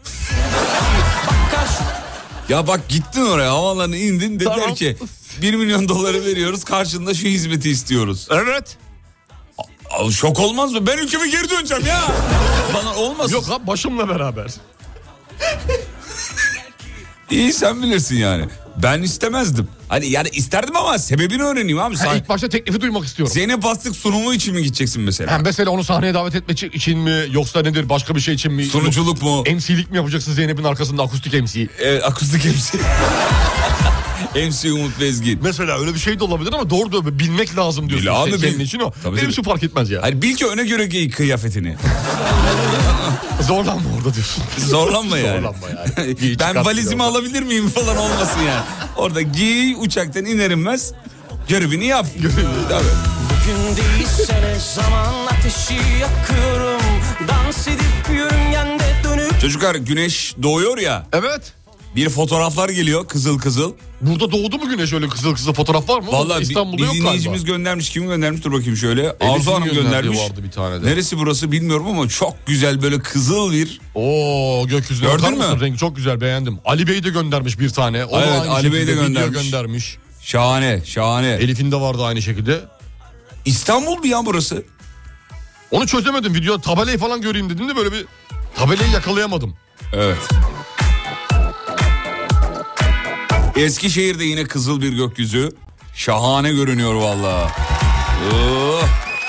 Ya bak, gittin oraya, havalarına indin, dediler Tamam. ki bir milyon doları veriyoruz, karşında şu hizmeti istiyoruz. Evet. Aa, şok olmaz mı? Ben ülkeme geri döneceğim ya. Bana olmasın. Yok abi, başımla beraber. İyi, sen bilirsin yani. Ben istemezdim. Hani yani isterdim ama sebebini öğreneyim abi. Ha, Sen... ilk başta teklifi duymak istiyorum. Zeynep Bastık sunumu için mi gideceksin mesela? Ha, mesela onu sahneye davet etmek için mi, yoksa nedir, başka bir şey için mi? Sunuculuk mu? M C'lik mi yapacaksın Zeynep'in arkasında, akustik M C? Evet, akustik M C. M C Umut Bezgin. Mesela öyle bir şey de olabilir ama doğru da bilmek lazım diyorsun. Bil abi, Sen- senin bil. için o. Tabii, Benim tabii. için fark etmez ya. Hayır, bil ki öne göre giy kıyafetini. Zorlanma orada diyorsun. Zorlanma yani. Zorlanma yani. Giy, Ben çıkart valizimi bir orada. alabilir miyim falan olmasın yani. Orada giy, uçaktan iner inmez görevini yap. Tabii. Bugün değilse ne zaman ateşi yakıyorum. Dans edip yörüngende dönüp. Çocuklar, güneş doğuyor ya. Evet. Bir fotoğraflar geliyor kızıl kızıl. Burada doğdu mu güneş, öyle kızıl kızıl fotoğraf var mı? Vallahi bir, İstanbul'da bir yok dinleyicimiz galiba. göndermiş. Kim göndermiş? Dur bakayım şöyle. Elif'in Arzu Hanım gönderdiği göndermiş. vardı bir tane de. Neresi burası bilmiyorum ama çok güzel, böyle kızıl bir. Oo, gökyüzüne Gördün bakar mü? mısın? Rengi çok güzel, beğendim. Ali Bey de göndermiş bir tane. O da Evet, aynı Ali Bey de şekilde video göndermiş. göndermiş. Şahane, şahane. Elif'in de vardı aynı şekilde. İstanbul mu ya burası? Onu çözemedim. Video tabelayı falan göreyim dedim de böyle bir tabelayı yakalayamadım. Evet. Eskişehir'de yine kızıl bir gökyüzü. Şahane görünüyor vallahi. Oh.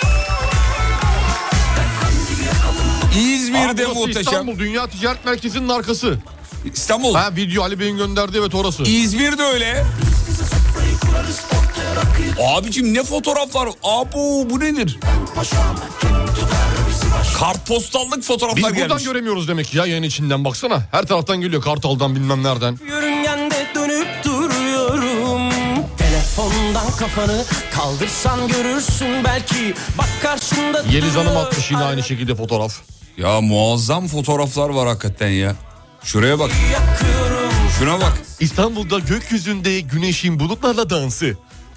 İzmir'de Aa, muhteşem. İstanbul Dünya Ticaret Merkezi'nin arkası. İstanbul. Ha, video Ali Bey'in gönderdiği, evet orası. İzmir'de öyle. Abicim ne fotoğraflar. Abo bu nedir? Kartpostallık fotoğraflar Biz gelmiş. buradan göremiyoruz demek ki ya, yayın içinden baksana. Her taraftan geliyor, Kartal'dan bilmem nereden. Yörüngende dönüp duruyorum. Telefondan kafanı kaldırsan görürsün belki. Bak karşında Yeliz Hanım duruyor. atmış yine aynı şekilde fotoğraf. Ya muazzam fotoğraflar var hakikaten ya. Şuraya bak. Yakıyorum. Şuna bak. İstanbul'da gökyüzünde güneşin bulutlarla dansı.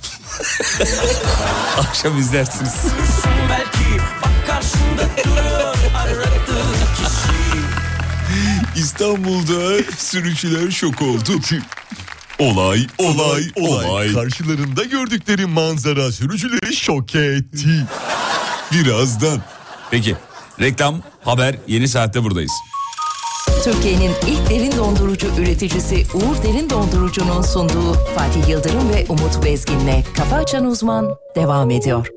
Akşam izlersiniz. Belki bak karşında duruyor aradığın kişi. İstanbul'da sürücüler şok oldu. Olay, olay, olay. Karşılarında gördükleri manzara sürücüleri şok etti. Birazdan. Peki, reklam, haber, yeni saatte buradayız. Türkiye'nin ilk derin dondurucu üreticisi Uğur Derin Dondurucu'nun sunduğu Fatih Yıldırım ve Umut Bezgin'le Kafa Açan Uzman devam ediyor.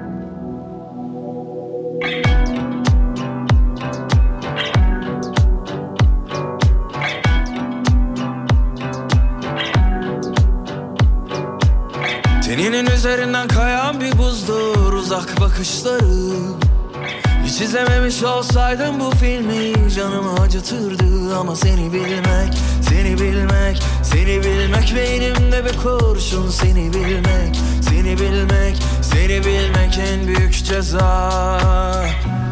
Teninin üzerinden kayan bir buzdur uzak bakışları. Hiç izlememiş olsaydım bu filmi canımı acıtırdı. Ama seni bilmek, seni bilmek, seni bilmek beynimde bir kurşun. Seni bilmek, seni bilmek, seni bilmek en büyük ceza.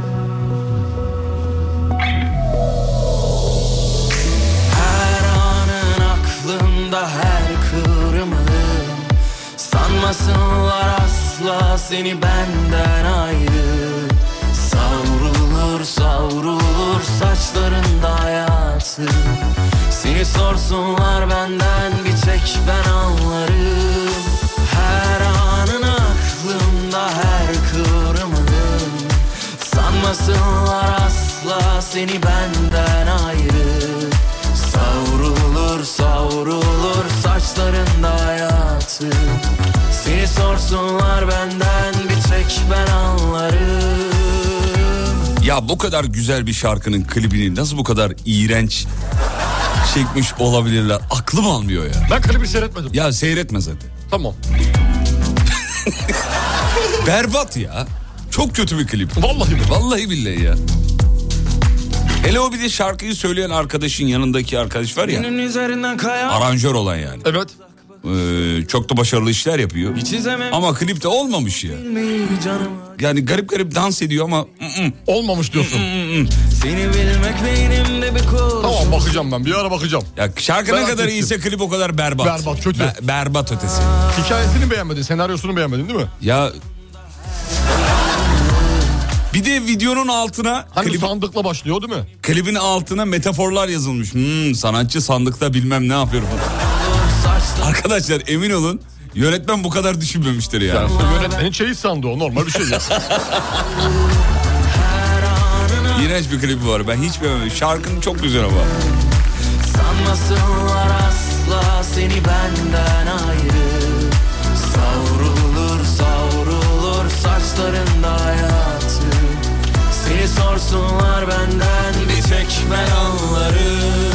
Her anın aklımda, her kıvrımın. Sanmasınlar asla seni benden ayrı. Savrulur savrulur saçlarında hayatı. Seni sorsunlar benden bir tek ben anlarım. Her anın aklımda, her kıvrımın. Sanmasınlar asla seni benden ayrı. Savrulur savrulur saçlarında hayatı. Seni sorsunlar benden bir tek ben anlarım. Ya bu kadar güzel bir şarkının klibini nasıl bu kadar iğrenç çekmiş olabilirler? Aklım almıyor ya. Ben klibi seyretmedim. Ya seyretme zaten. Tamam. Berbat ya. Çok kötü bir klip. Vallahi mi? Vallahi billahi ya. Hele o bir de şarkıyı söyleyen arkadaşın yanındaki arkadaş var ya. Senin üzerinden kayan. Aranjör olan yani. Evet. Ee, çok da başarılı işler yapıyor. Hiç izlemem. Ama klipte olmamış ya. Canım. Yani garip garip dans ediyor ama ı-ı. Olmamış diyorsun. Seni bilmek beynimde bir kurşun. Tamam, bakacağım ben, bir ara bakacağım. Ya şarkı ne Merak kadar ettim. iyiyse klip o kadar berbat. Berbat, kötü. Be- berbat ötesi. Hikayesini beğenmedin, senaryosunu beğenmedin değil mi? Ya bir de videonun altına Hani klibi- sandıkla başlıyor değil mi? klibin altına metaforlar yazılmış. Hmm, sanatçı sandıkta bilmem ne yapıyor falan. Arkadaşlar emin olun yönetmen bu kadar düşünmemiştir yani. Yani yönetmenin çeyiz sandı o, normal bir şey ya. İğrenç bir klibi var, ben hiç beğenmedim. Şarkının çok güzel ama. Sanmasınlar asla seni benden ayrı. Savrulur savrulur saçlarında hayatı. Seni sorsunlar benden bir tek ben anlarım.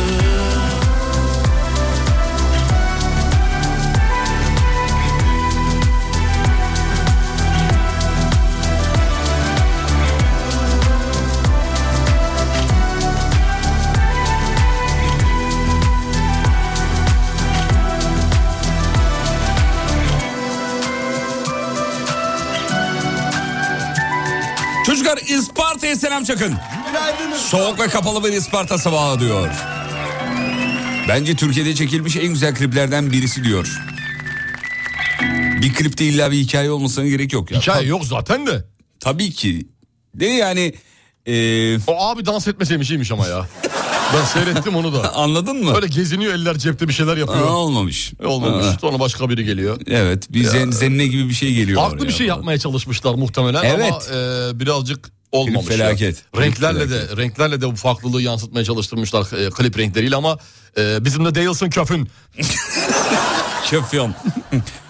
Çocuklar İsparta'ya selam çakın. Soğuk ve kapalı bir İsparta sabahı diyor. Bence Türkiye'de çekilmiş en güzel kliplerden birisi diyor. Bir klipte illa bir hikaye olmasına gerek yok ya. Hikaye Tabii, yok zaten de. tabii ki. De yani e, O abi dans etmeseymiş iyiymiş ama ya. Ben seyrettim onu da. anladın mı? Öyle geziniyor, eller cepte bir şeyler yapıyor. Aa, olmamış. Olmamış. Aa, Sonra başka biri geliyor. evet, bir zen, zenne gibi bir şey geliyor. Farklı oraya bir şey falan. yapmaya çalışmışlar muhtemelen Evet. ama e, birazcık olmamış. Klip felaket. Ya. Renklerle Klip de felaket. renklerle de bu farklılığı yansıtmaya çalıştırmışlar e, klip renkleriyle ama e, bizim de değilsin köfün. Köfyon.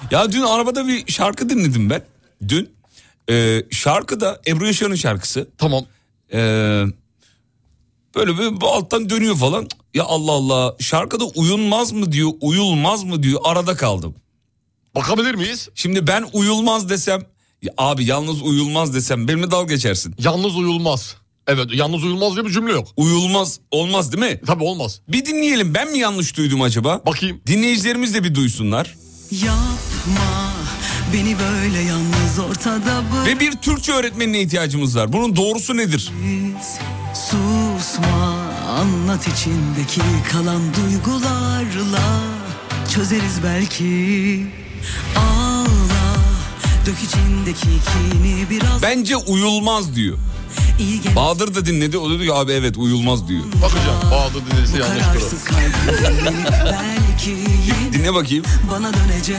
Ya dün arabada bir şarkı dinledim ben. Dün. Ee, şarkı da Ebru Yaşar'ın şarkısı. Tamam. Ee, böyle bir alttan dönüyor falan. Ya Allah Allah, şarkıda uyulmaz mı diyor, uyulmaz mı diyor, arada kaldım. Bakabilir miyiz? Şimdi ben uyulmaz desem, ya abi yalnız uyulmaz desem benimle dalga geçersin. Yalnız uyulmaz. Evet, yalnız uyulmaz diye bir cümle yok. Uyulmaz olmaz değil mi? Tabii olmaz. Bir dinleyelim, ben mi yanlış duydum acaba? Bakayım. Dinleyicilerimiz de bir duysunlar. Yapma beni böyle yalnız ortada bırak. Ve bir Türkçe öğretmenine ihtiyacımız var. Bunun doğrusu nedir? Susma, anlat içindeki kalan duygularla. Çözeriz belki. Ağla, dök içindeki kini biraz. Bence uyulmaz diyor. İyi gel- Bahadır da dinledi, o dedi ki abi evet uyulmaz diyor. Bakacağım. Bahadır dinlese yanlış Kararsız kalbim benim belki yine Dinle bakayım. bana dönecek.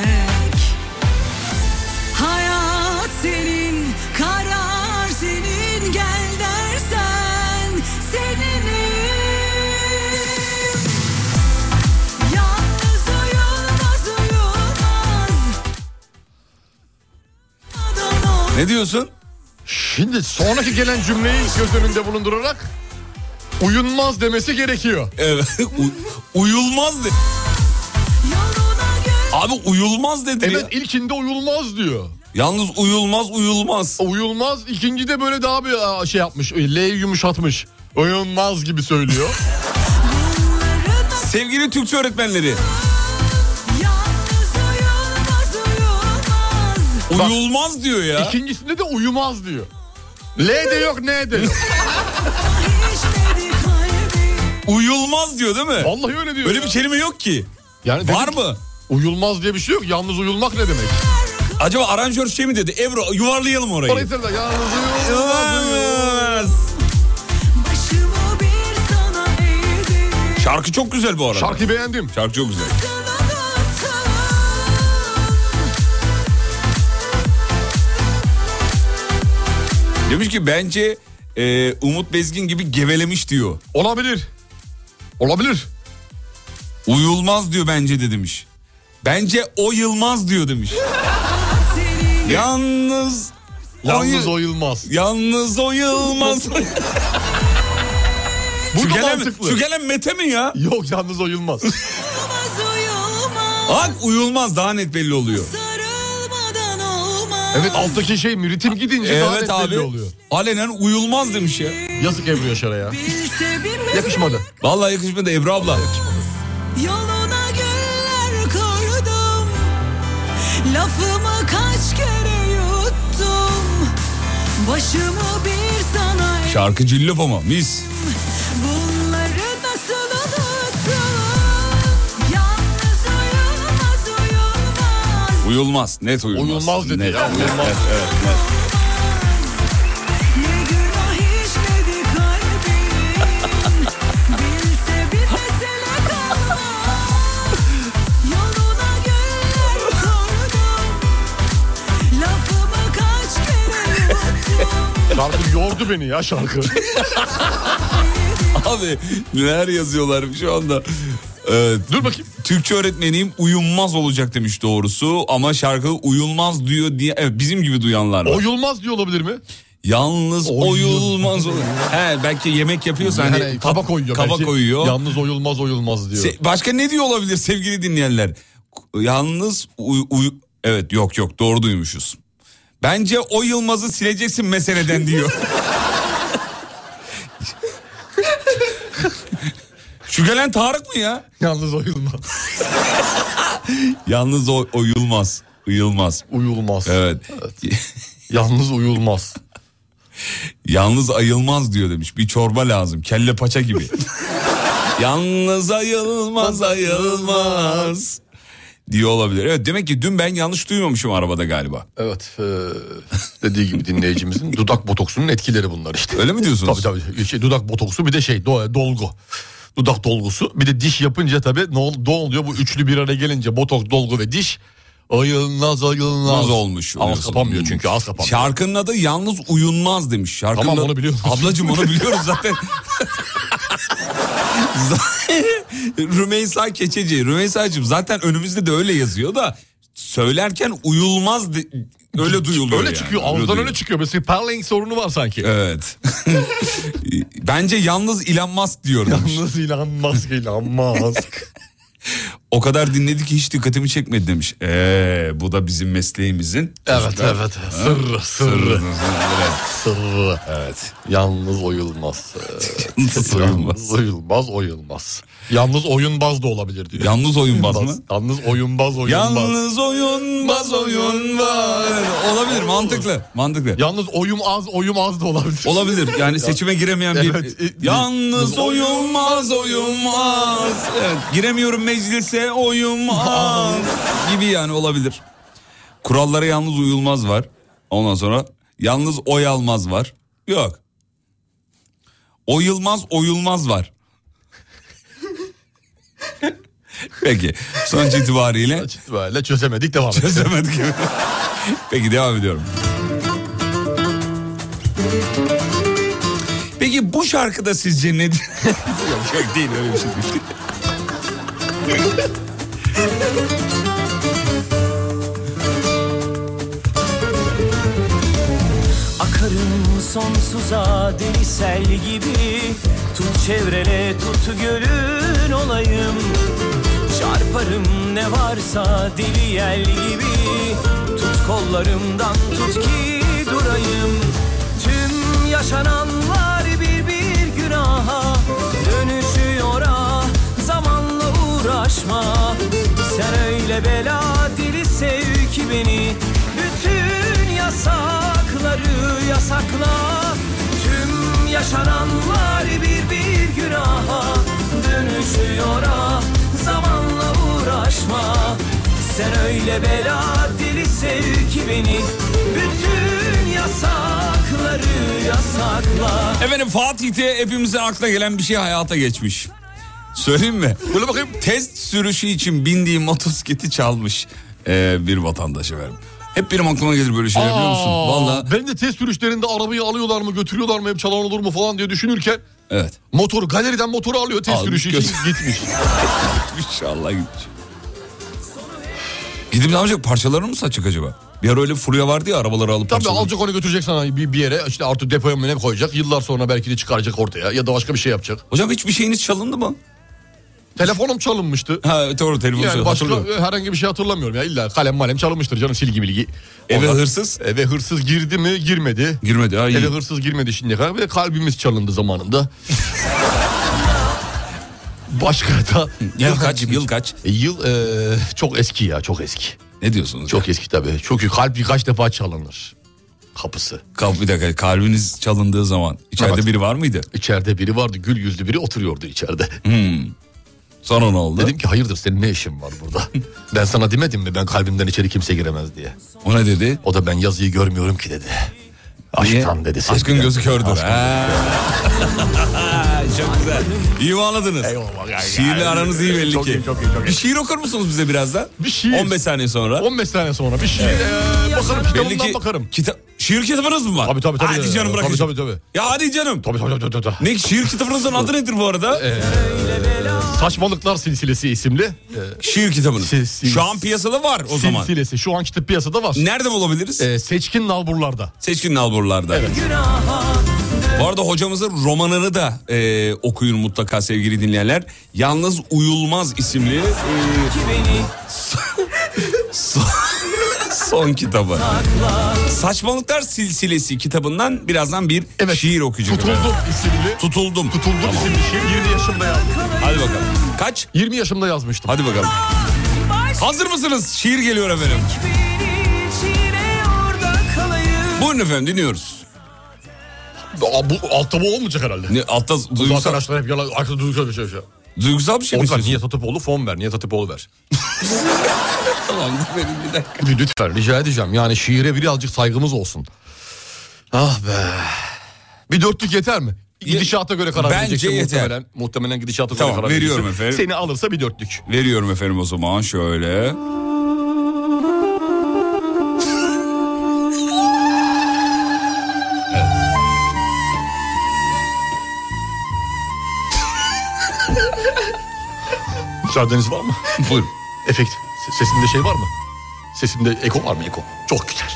Hayat senin, karar senin, gel dersen seninim. Yalnız uyulmaz uyulmaz. Ne diyorsun? Şimdi sonraki gelen cümleyi göz önünde bulundurarak uyunmaz demesi gerekiyor. Evet. U- uyulmaz de. Abi uyulmaz dedi Evet, ya. ilkinde uyulmaz diyor. Yalnız uyulmaz uyulmaz. Uyulmaz, ikincide böyle daha bir şey yapmış. L'yi yumuşatmış. Uyulmaz gibi söylüyor. Sevgili Türkçe öğretmenleri. Uyulmaz diyor ya. İkincisinde de uyumaz diyor. L de yok, N de yok. Uyulmaz diyor değil mi? Vallahi öyle diyor. Öyle ya. bir kelime yok ki. Yani Var dedik, mı? uyulmaz diye bir şey yok. Yalnız uyulmak ne demek? Acaba aranjör şey mi dedi? Ebru yuvarlayalım orayı. Orayı söyle. Yalnız uyulmaz. Uyulmaz. Şarkı çok güzel bu arada. Şarkıyı beğendim. Şarkı çok güzel. Demiş ki bence e, Umut Bezgin gibi gevelemiş diyor. Olabilir. Olabilir. Uyulmaz diyor bence de demiş. Bence o Yılmaz diyor demiş. Yalnız Yalnız o, oyulmaz. Yalnız o Yılmaz. Bu şu da gelen, mantıklı. şu gelen Mete mi ya? Yok, yalnız oyulmaz. Bak uyulmaz, daha net belli oluyor. Evet, alttaki şey mi? Ritim gidince daha net Evet belli abi. oluyor. Alenen uyulmaz demiş ya. Yazık Ebru Yaşar'a ya. Yakışmadı. Vallahi yakışmadı Ebru abla. Yoluna güller koydum. Lafımı kaç kere yuttum. Başımı bir sana eğdim. Şarkı cillop ama mis. Bunları nasıl unuttum? Yalnız uyulmaz uyulmaz. Uyulmaz, net uyulmaz. Uyulmaz dedi net, ya, net, uyulmaz. net, evet, net. Ne günah işledi kalbim. Bilse bir mesele kalmaz. Yoluna güller koydum. Lafımı kaç kere yuttum. Şarkı yordu beni ya, şarkı. Abi neler yazıyorlar şu anda. Evet. Dur bakayım. Türkçe öğretmeniyim, uyumaz olacak demiş doğrusu. Ama şarkı uyulmaz diyor diye, evet, bizim gibi duyanlar var. Oyulmaz diyor olabilir mi? Yalnız Oyul- oyulmaz. ol- He, belki yemek yapıyorsa hani Yani kaba koyuyor Kaba belki. koyuyor. Yalnız oyulmaz oyulmaz diyor. Se- Başka ne diyor olabilir sevgili dinleyenler? Yalnız uy, uy- evet yok yok doğru duymuşuz. Bence o Yılmaz'ı sileceksin meseleden diyor. Şu gelen Tarık mı ya? Yalnız oyulmaz. Yalnız o, o Yılmaz. Yılmaz. Uyulmaz. Evet. Yalnız uyulmaz. Yalnız ayılmaz diyor demiş. Bir çorba lazım. Kelle paça gibi. Yalnız ayılmaz ayılmaz diyor olabilir. Evet, demek ki dün ben yanlış duymamışım arabada galiba. Evet. E, dediği gibi dinleyicimizin dudak botoksunun etkileri bunlar işte. Öyle mi diyorsunuz? Tabii tabii. Şey, dudak botoksu bir de şey do- dolgu. Dudak dolgusu. Bir de diş yapınca tabii ne, ol- ne oluyor? Bu üçlü bir araya gelince botoks, dolgu ve diş ayılmaz ayılmaz. Yalnız olmuş. Ağız kapanmıyor çünkü, ağız kapanmıyor. Şarkının adı Yalnız Uyunmaz demiş. Şarkının Tamam, adı- onu biliyoruz. Ablacığım onu biliyoruz zaten. Rümeysa Keçeci. Rümeysa'cığım zaten önümüzde de öyle yazıyor da söylerken uyulmaz de, öyle duyuluyor. Öyle yani. çıkıyor ağızdan öyle, öyle çıkıyor. Mesela spelling sorunu var sanki. Evet. Bence yalnız Elon Musk diyorum. Yalnız Elon Musk, Elon Musk. O kadar dinledi ki hiç dikkatimi çekmedi demiş. Eee bu da bizim mesleğimizin. Evet Çocuklar. evet. Sırrı sırrı. Evet. Sırrı. Evet. Yalnız oyulmaz. Yalnız oyulmaz. Yalnız oyulmaz oyulmaz. Yalnız oyunbaz da olabilir diyor. Yalnız oyunbaz mı? Yalnız oyunbaz oyunbaz. Yalnız oyunbaz oyunbaz. Olabilir, mantıklı. Mantıklı. Yalnız oyum az oyum az da olabilir. Olabilir. Yani seçime giremeyen bir Evet, e, yalnız oyunmaz oyunmaz. Evet, giremiyorum meclise oyunmaz gibi yani olabilir. Kurallara yalnız uyulmaz var. Ondan sonra yalnız oy almaz var. Yok. Oyulmaz oyulmaz var. Peki sonuç itibariyle Sonuç itibariyle çözemedik, devam edelim. çözemedik. Peki devam ediyorum. Peki bu şarkıda sizce nedir? Yok yok değil, öyle bir şey değil. Akarım sonsuza deli sel gibi. Tut çevrele tut gölün olayım. Çarparım ne varsa deli yel gibi. Tut kollarımdan tut ki durayım. Tüm yaşananlar bir bir günaha dönüşüyor ah. Zamanla uğraşma. Sen öyle bela deli sev ki beni. Bütün yasakları yasakla. Tüm yaşananlar bir bir günaha dönüşüyor ah. Zamanla uğraşma. Sen öyle bela deli sev ki beni. Bütün yasakları yasakla. Efendim Fatih'te hepimizin aklına gelen bir şey hayata geçmiş. Söyleyeyim mi? Böyle bakayım. Test sürüşü için bindiği motosikleti çalmış ee, bir vatandaş efendim. Hep benim aklıma gelir böyle şeyler, biliyor musun? Vallahi. Ben de test sürüşlerinde arabayı alıyorlar mı götürüyorlar mı hep çalan olur mu falan diye düşünürken Evet. motoru galeriden motoru alıyor test Almış, sürüşü için götür- gitmiş. İnşallah gitmiş. Gidip ne yapacak? Parçalarını mı satacak acaba? Bir ara öyle furya vardı ya, arabaları alıp Tabii parçalarını. alacak onu götürecek sana bir, bir yere işte artık depoya mı ne koyacak, yıllar sonra belki de çıkaracak ortaya ya da başka bir şey yapacak. Hocam hiçbir şeyiniz çalındı mı? Telefonum çalınmıştı. Ha doğru, telefonu Yani çalındı. başka Hatırlıyorum. herhangi bir şey hatırlamıyorum ya, illa kalem malem çalınmıştır canım, silgi bilgi. Eve Ondan- hırsız Eve hırsız girdi mi girmedi. girmedi ha, iyi. Eve hırsız girmedi şimdiye kadar ve kalbimiz çalındı zamanında. Başka da... Yıl kaç? Yıl kaç? E, yıl e, çok eski ya, çok eski. Ne diyorsunuz? Çok eski tabii. Çünkü kalp birkaç defa çalınır. Kapısı. Kalp, bir dakika, kalbiniz çalındığı zaman içeride Evet. biri var mıydı? İçeride biri vardı, gül yüzlü biri oturuyordu içeride. Hmm. Sonra ne oldu? Dedim ki hayırdır, senin ne işin var burada? Ben sana demedim mi ben kalbimden içeri kimse giremez diye. O ne dedi? O da ben yazıyı görmüyorum ki dedi. Aşktan dedi. Aşkın sevgiden. gözü kördür. Aşkın Ha. Çok güzel. İyi bağladınız. Eyvallah. Yani. Şiirle aranız iyi belli Çok ki. iyi, çok iyi, çok iyi. Bir şiir okur musunuz bize birazdan? Bir şiir. on beş saniye sonra. on beş sene sonra bir şiir. Ee, bakarım kitabımdan bakarım. Kita- şiir kitabınız mı var? Tabii tabii tabii. Hadi canım bırakın. Tabii tabii tabii. Ya hadi canım. Tabii tabii tabii. tabii. Ne şiir kitabınızın adı nedir bu arada? Ee, Saçmalıklar Silsilesi isimli. Ee, Şiir kitabınız. Sil- sil- Şu an piyasada var o zaman. Silsilesi şu anki tıp piyasada var. Nerede bulabiliriz? Ee, seçkin nalburlarda. Seçkin nalburlarda. Evet. Bu arada hocamızın romanını da e, okuyun mutlaka sevgili dinleyenler. Yalnız Uyulmaz isimli e, son, son kitabı. Saçmalıklar Silsilesi kitabından birazdan bir Evet. şiir okuyacağım. Tutuldum isimli. Tutuldum. Tutuldum isimli şiir yirmi yaşımda yazdım. Hadi bakalım. Kaç? yirmi yaşımda yazmıştım. Hadi bakalım. Hazır mısınız? Şiir geliyor efendim. Buyurun efendim, dinliyoruz. Aa, bu altta bu olmayacak herhalde. Ne, altta Bu duygusal, arkadaşlar hep yalan. Arkada duygusal bir şey. şey. duygusal bir şey mi Lütfen istiyorsun? Nihat Hatipoğlu fon ver. Nihat Hatipoğlu ver. Tamam, benim bir dakika. Lütfen rica edeceğim. Yani şiire birazcık saygımız olsun. Ah be. Bir dörtlük yeter mi? Gidişata göre karar Bence vereceksin yeter. muhtemelen. Muhtemelen gidişata göre Tamam, karar veriyorum vereceksin. efendim. Seni alırsa bir dörtlük. Veriyorum efendim o zaman şöyle. Müsaadeniz var mı? Buyurun. Efekt. Sesinde şey var mı? Sesimde eko var mı eko? Çok güzel.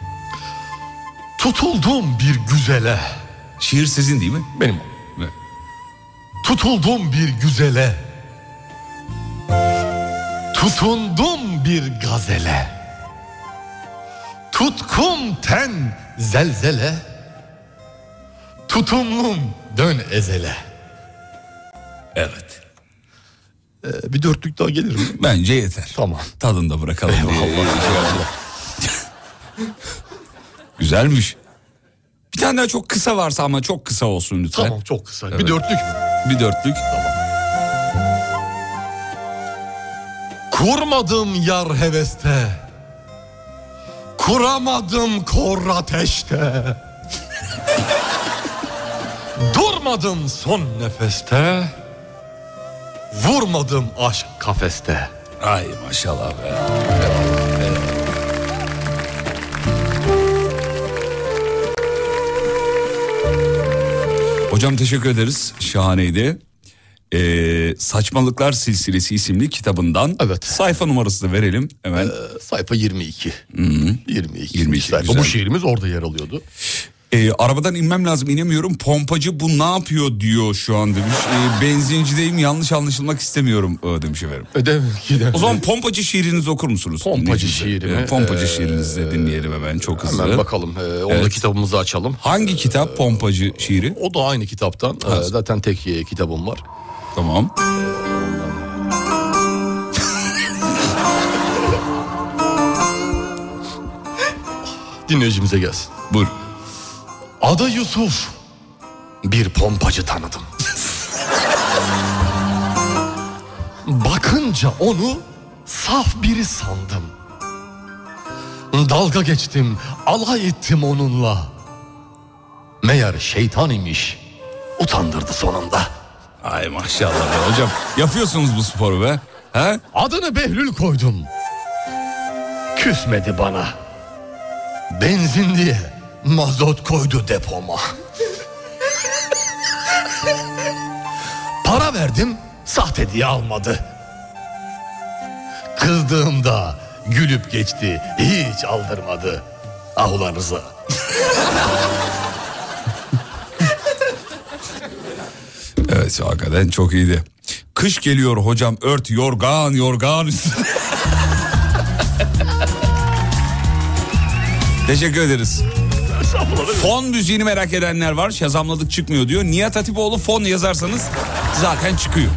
Tutuldum bir güzele. Şiir sizin değil mi? Benim o. Evet. Tutuldum bir güzele. Tutundum bir gazele. Tutkum ten zelzele. Tutumlum dön ezele. Evet. Ee, bir dörtlük daha gelir mi? Bence yeter. Tamam. Tadında bırakalım. Eyvallah. Güzelmiş. Bir tane daha çok kısa varsa ama çok kısa olsun lütfen. Tamam, çok kısa. Evet. Bir dörtlük mü? Bir dörtlük. Tamam. Kurmadım yar heveste. Kuramadım kor ateşte. Durmadım son nefeste. Vurmadım aşk kafeste. Ay maşallah be. Hocam teşekkür ederiz. Şahaneydi. Ee, Saçmalıklar Silsilesi isimli kitabından. Evet. Sayfa numarasını verelim hemen. Ee, sayfa yirmi iki. Hı-hı. yirmi iki. yirmi iki, sayfa. güzel. Bu şiirimiz orada yer alıyordu. Ee, arabadan inmem lazım, inemiyorum. Pompacı bu ne yapıyor diyor şu an demiş. Ee, benzincideyim, yanlış anlaşılmak istemiyorum e, demiş efendim. E demek ki de. O zaman pompacı şiirinizi okur musunuz? Pompacı Dinleyicimize? şiirimi. Ee, pompacı ee, şiirinizi dinleyelim hemen çok hızlı. Hemen bakalım. Ee, onu da Evet. kitabımızı açalım. Hangi kitap pompacı şiiri? O da aynı kitaptan. Ee, zaten tek e, kitabım var. Tamam. Dinleyicimize gelsin. Buyur. Adı Yusuf. Bir pompacı tanıdım. Bakınca onu saf biri sandım. Dalga geçtim, alay ettim onunla. Meğer şeytan imiş. Utandırdı sonunda. Ay maşallah be hocam. Yapıyorsunuz bu sporu be. He? Adını Behlül koydum. Küsmedi bana. Benzin diye mazot koydu depoma. Para verdim, sahte diye almadı. Kızdığımda gülüp geçti, hiç aldırmadı. Ah ulan Rıza. Evet hakikaten çok iyiydi. Kış geliyor hocam, ört yorgan yorgan üstüne. Teşekkür ederiz. Fon müziğini merak edenler var. Şazamladık çıkmıyor diyor. Nihat Hatipoğlu fon yazarsanız zaten çıkıyor.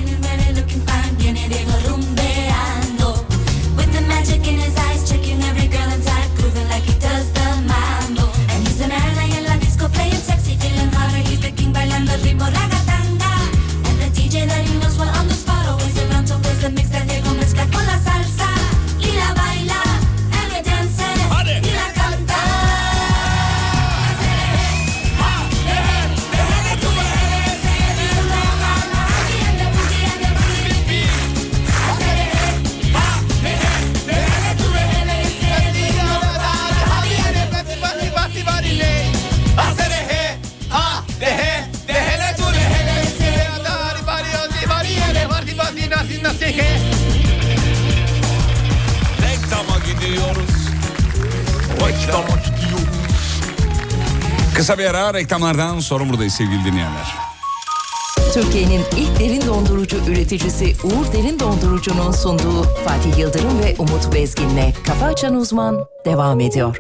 Reklama gidiyoruz. Reklama gidiyoruz. Kısa bir ara, reklamlardan sonra buradayız sevgili dinleyenler. Türkiye'nin ilk derin dondurucu üreticisi Uğur Derin Dondurucu'nun sunduğu Fatih Yıldırım ve Umut Bezgin'le Kafa Açan Uzman devam ediyor.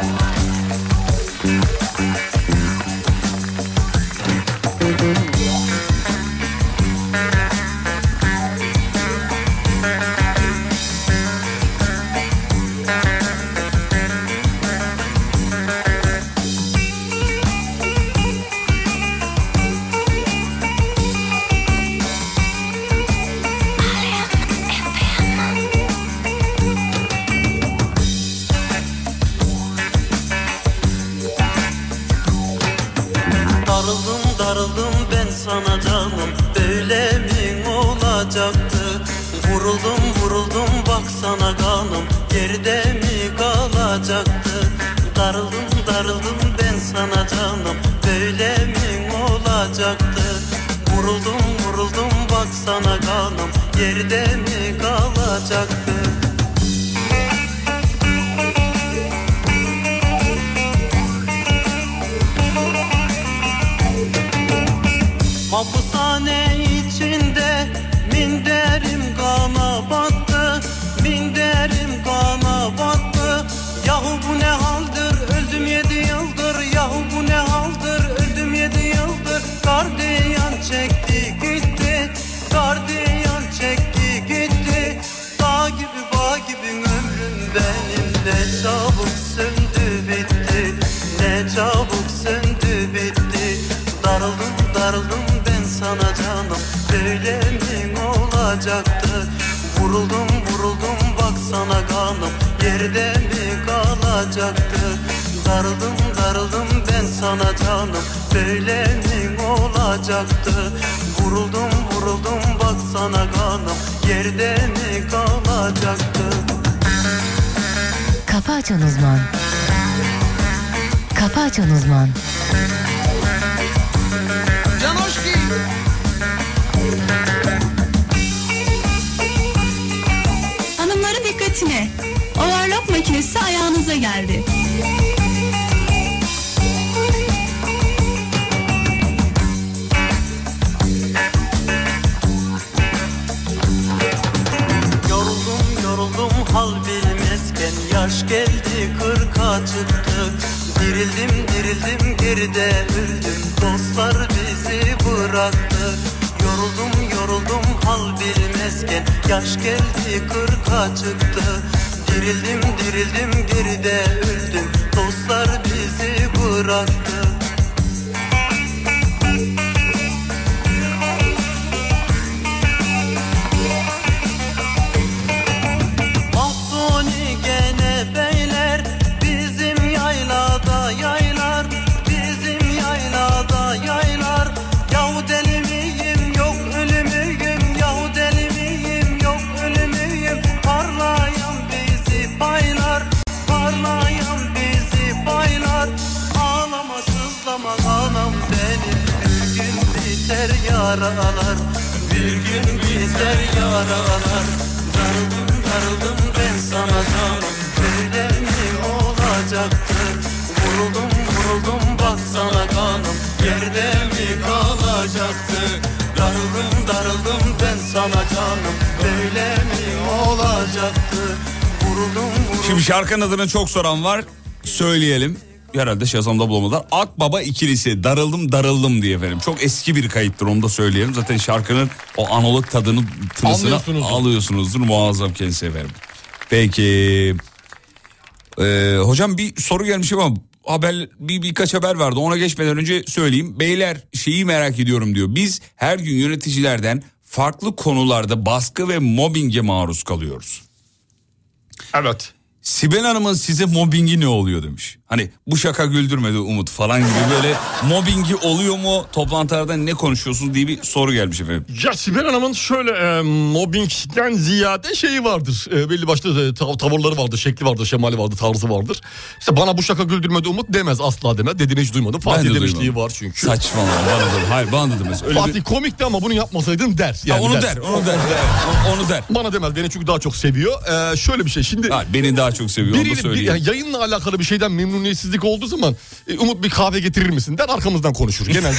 Darıldım darıldım ben sana canım, böyle mi olacaktı? Vuruldum vuruldum baksana kanım, geride mi kalacaktı? Darıldım darıldım ben sana canım, böyle mi olacaktı? Vuruldum vuruldum baksana kanım, geride mi kalacaktı? Ne çabuk söndü bitti, ne çabuk söndü bitti. Darıldım darıldım ben sana canım, böyle mi olacaktı? Vuruldum vuruldum baksana kanım, yerde mi kalacaktı? Darıldım darıldım ben sana canım, böyle mi olacaktı? Vuruldum vuruldum baksana kanım, yerde mi kalacaktı? Kafa Açan Uzman. Kafa Açan Uzman. Can hoş geldin. Hanımların dikkatine. Overlock makinesi ayağınıza geldi. Yoruldum yoruldum hal bilmezken, yaş geldi kırka çıktı. Dirildim dirildim geride öldüm, dostlar bizi bıraktı. Yoruldum yoruldum hal bilmezken, yaş geldi kırka çıktı. Dirildim dirildim geride öldüm, dostlar bizi bıraktı. Mahsuni gene beyler, bizim yaylada yaylar, bizim yaylada yaylar. Yahu deli miyim yok ölü müyüm, yahu deli miyim yok ölü müyüm? Parlayan bizi paylar, parlayan bizi paylar. Ağlama sızlama anam benim, bir gün biter yaralar, bir gün biter yaralar. Darıldım darıldım ben sana canım, böyle mi olacaktı? Vuruldum vuruldum baksana kanım, yerde mi kalacaktı? Darıldım darıldım ben sana canım, böyle mi olacaktı? Vuruldum vuruldum. Şimdi şarkının adını çok soran var. Söyleyelim. Herhalde Shazam'da bulamadılar. Akbaba ikilisi Darıldım Darıldım diye efendim. Çok eski bir kayıttır, onu da söyleyelim. Zaten şarkının o analog tadını, tınısını alıyorsunuzdur. Muazzam kendisi efendim. Peki. Ee, hocam bir soru gelmiş ama haber, bir birkaç haber vardı. Ona geçmeden önce söyleyeyim. Beyler şeyi merak ediyorum diyor. Biz her gün yöneticilerden farklı konularda baskı ve mobbinge maruz kalıyoruz. Evet. Sibel Hanım'ın size mobbingi ne oluyor demiş. Hani bu şaka güldürmedi Umut falan gibi böyle mobbingi oluyor mu? Toplantılarda ne konuşuyorsunuz diye bir soru gelmiş efendim. Ya Sibel Hanım'ın şöyle e, mobbingden ziyade şeyi vardır. E, belli başlı e, tavırları vardır, şekli vardır, şemali vardır, tarzı vardır. İşte bana bu şaka güldürmedi Umut demez, asla demez. Dediğini hiç duymadım. Fatih de demişliği var çünkü. Saçmalama bana da, hayır bana da demez. Öyle Fatih bir... komikti ama bunu yapmasaydın der. Yani ya onu der, der, onu der, der. Onu der. Bana demez, beni çünkü daha çok seviyor. E, şöyle bir şey şimdi. Ha, beni daha çok seviyor, onu da biriyle, söyleyeyim. Bir, yani yayınla alakalı bir şeyden memnuniyetsizlik olduğu zaman e, Umut bir kahve getirir misin der, arkamızdan konuşur genelde.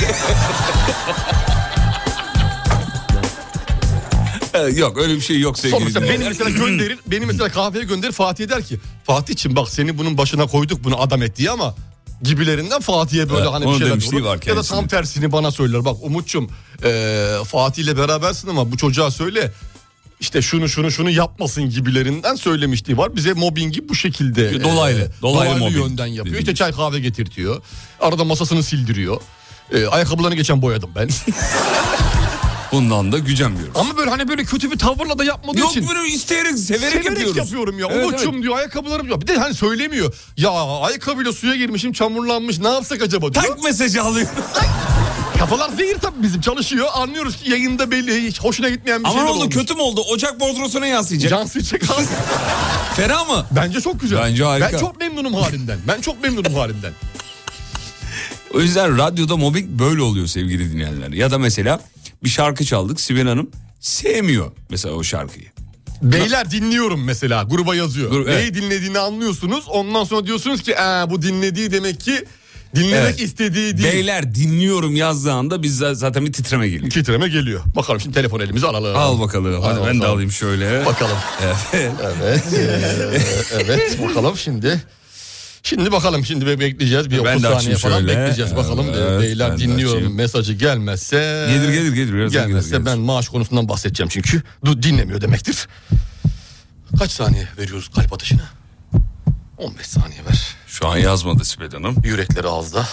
Yok öyle bir şey yok sevgili. Sonra beni mesela gönderir, beni mesela kahveye gönderir, Fatih'e der ki Fatih'ciğim bak seni bunun başına koyduk, bunu adam et diye ama gibilerinden Fatih'e böyle evet, hani bir şeyler olur. Var ya da tam tersini bana söyler, bak Umut'cum e, Fatih'le berabersin ama bu çocuğa söyle işte şunu şunu şunu yapmasın gibilerinden söylemişliği var. Bize mobbingi bu şekilde dolaylı, e, dolaylı, dolaylı yönden yapıyor. Dediğimiz. İşte çay kahve getirtiyor. Arada masasını sildiriyor. E, ayakkabılarını geçen boyadım ben. Bundan da gücenmiyoruz. Ama böyle hani böyle kötü bir tavırla da yapmadığı Yok, için. Yok böyle isteyerek, severek, severek yapıyoruz. yapıyorum ya. Evet, Umut'cum evet. diyor, ayakkabılarım diyor. Bir de hani söylemiyor. Ya ayakkabıyla suya girmişim, çamurlanmış, ne yapsak acaba diyor. Tak mesajı alıyor. Kafalar zehir tabii bizim, çalışıyor. Anlıyoruz ki yayında belli hiç hoşuna gitmeyen bir Ama şeyler ne oldu, olmuş. kötü mü oldu? Ocak bordrosuna yansıyacak. Yansıyacak abi. Fena mı? Bence çok güzel. Bence harika. Ben çok memnunum halimden. Ben çok memnunum halimden. O yüzden radyoda mobbing böyle oluyor sevgili dinleyenler. Ya da mesela bir şarkı çaldık, Sibel Hanım sevmiyor mesela o şarkıyı. Beyler dinliyorum mesela, gruba yazıyor. Dur, Neyi evet. dinlediğini anlıyorsunuz. Ondan sonra diyorsunuz ki bu dinlediği demek ki dinlemek Evet. istediği değil. Beyler dinliyorum yazdığı anda biz zaten bir titreme geliyor. Titreme geliyor. Bakalım şimdi telefon elimize alalım. Al bakalım. Hadi Al ben de bakalım. alayım şöyle. Bakalım. Evet. Evet. ee, evet bakalım şimdi. Şimdi bakalım, şimdi be- bekleyeceğiz. Bir Ben otuz de saniye açayım falan şöyle. bekleyeceğiz bakalım. Evet, Beyler ben de dinliyorum açayım. mesajı gelmezse. Gelir gelir gelir. Biraz Gelmezse gelir, gelir. ben maaş konusundan bahsedeceğim çünkü. Du dinlemiyor demektir. Kaç saniye veriyoruz kalp atışına? on beş saniye ver. Şu an yazmadı Sibel Hanım. Yürekleri ağızda.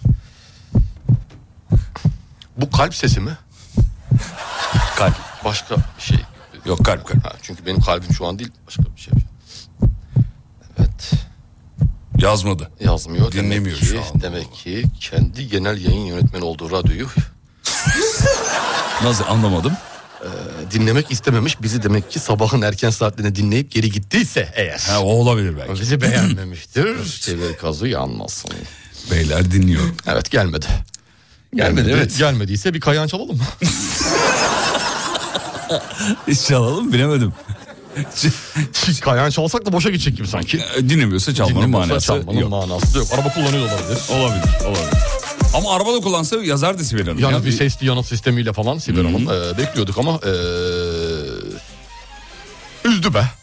Bu kalp sesi mi? Kalp. Başka bir şey. Yok, kalp kalp. Ha, çünkü benim kalbim şu an değil, başka bir şey. Evet. Yazmadı. Yazmıyor. Dinlemiyor demek ki, şu an. Demek ki kendi genel yayın yönetmeni olduğu radyoyu Nasıl, anlamadım. e, dinlemek istememiş. Bizi demek ki sabahın erken saatlerinde dinleyip geri gittiyse eğer. Ha, o olabilir belki. Bizi beğenmemiştir. Şeyleri kazı yanmasın. Beyler dinliyor. Evet, gelmedi. Gelmedi, evet. Gelmediyse bir kayan çalalım mı? Hiç çalalım, bilemedim. Kayan çalsak da boşa gidecek gibi sanki. Dinlemiyorsa çalmanın Dinlemiyorsa manası çalmanın yok. manası yok. Araba kullanıyor olabilir. Olabilir, olabilir. Ama arabada kullansa yazardı Sibel Hanım. Yani ya. bir sesli yanıt sistemiyle falan Sibel Hanım e, bekliyorduk ama e, üzdü be.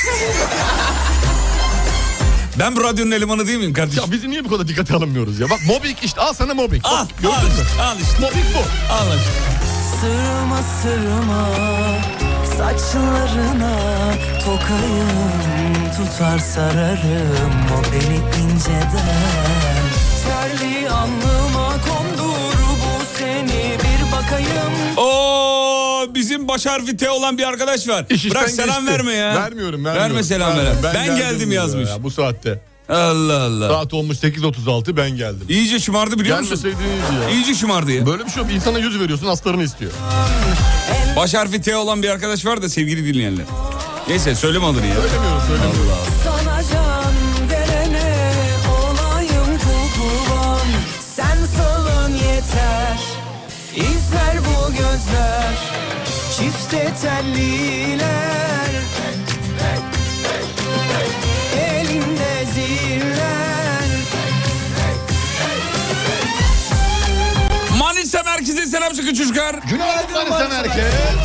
Ben bu radyonun elemanı değil miyim kardeşim? Ya bizi niye bu kadar dikkate alınmıyoruz ya? Bak mobbing işte, al sana mobbing. Al, Bak, gördün al mü? işte, al işte. Mobbing bu. Al işte. Sırma sırma saçlarına tokayım tutar sararım o beni inceden. Terli alnıma kondur bu seni bir bakayım. Oo, bizim baş harfi T olan bir arkadaş var. İş Bırak işten selam geçti. verme ya. Vermiyorum, vermiyorum. Verme selam Vermem. ver. Ben, ben geldim diyor yazmış. Ya, bu saatte. Allah Allah. Saat olmuş sekiz otuz altı, ben geldim. İyice şımardı biliyor musun? Gelmeseydin iyiydi ya. İyice şımardı ya. Böyle bir şey yok. İnsana yüz veriyorsun, aslarını istiyor. Baş harfi T olan bir arkadaş var da sevgili dinleyenler. Neyse söyleme adını ya. Söylemiyorum, söylemiyorum. Sana can verene olayım kurban. Sen salın yeter, izler bu gözler, çifte telliler, elinde ziller. Manisa merkeze selam çıkın çocuklar. Günaydın Manisa merkez.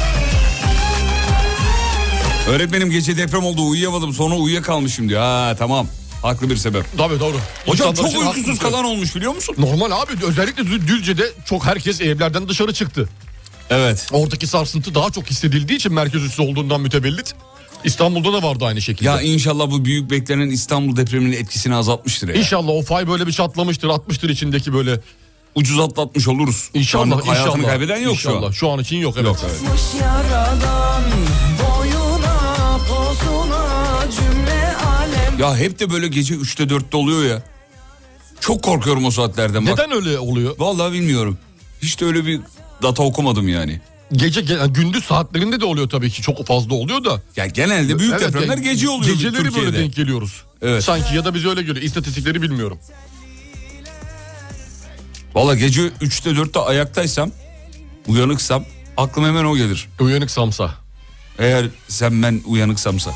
Öğretmenim gece deprem oldu, uyuyamadım, sonra uyuyakalmışım diyor. Ha tamam, haklı bir sebep. Tabii doğru. Hocam İnsanlar çok için uykusuz haklısın. kalan olmuş biliyor musun? Normal abi, özellikle Dü- Düzce'de çok herkes evlerden dışarı çıktı. Evet. Oradaki sarsıntı daha çok hissedildiği için merkez üssü olduğundan mütevellit. İstanbul'da da vardı aynı şekilde. Ya inşallah bu büyük beklenen İstanbul depreminin etkisini azaltmıştır ya. İnşallah o fay böyle bir çatlamıştır, atmıştır içindeki böyle. Ucuz atlatmış oluruz. İnşallah, Şu an hayatını inşallah. kaybeden yok İnşallah. şu an. Şu an için yok, evet. Yok, evet. Mış yaradan boyuna pozuna cümle alem. Ya hep de böyle gece üçte dörtte oluyor ya. Çok korkuyorum o saatlerden. Bak. Neden öyle oluyor? Vallahi bilmiyorum. Hiç de öyle bir data okumadım yani. Gece ge- gündüz saatlerinde de oluyor tabii ki, çok fazla oluyor da. Ya genelde büyük Evet, depremler ge- gece oluyor Geceleri Türkiye'de. böyle denk geliyoruz. Evet. Sanki, ya da biz öyle görüyoruz. İstatistikleri bilmiyorum. Vallahi gece üçte dörtte ayaktaysam, uyanıksam aklıma hemen o gelir. Uyanık samsa. Eğer sen ben uyanıksamsa.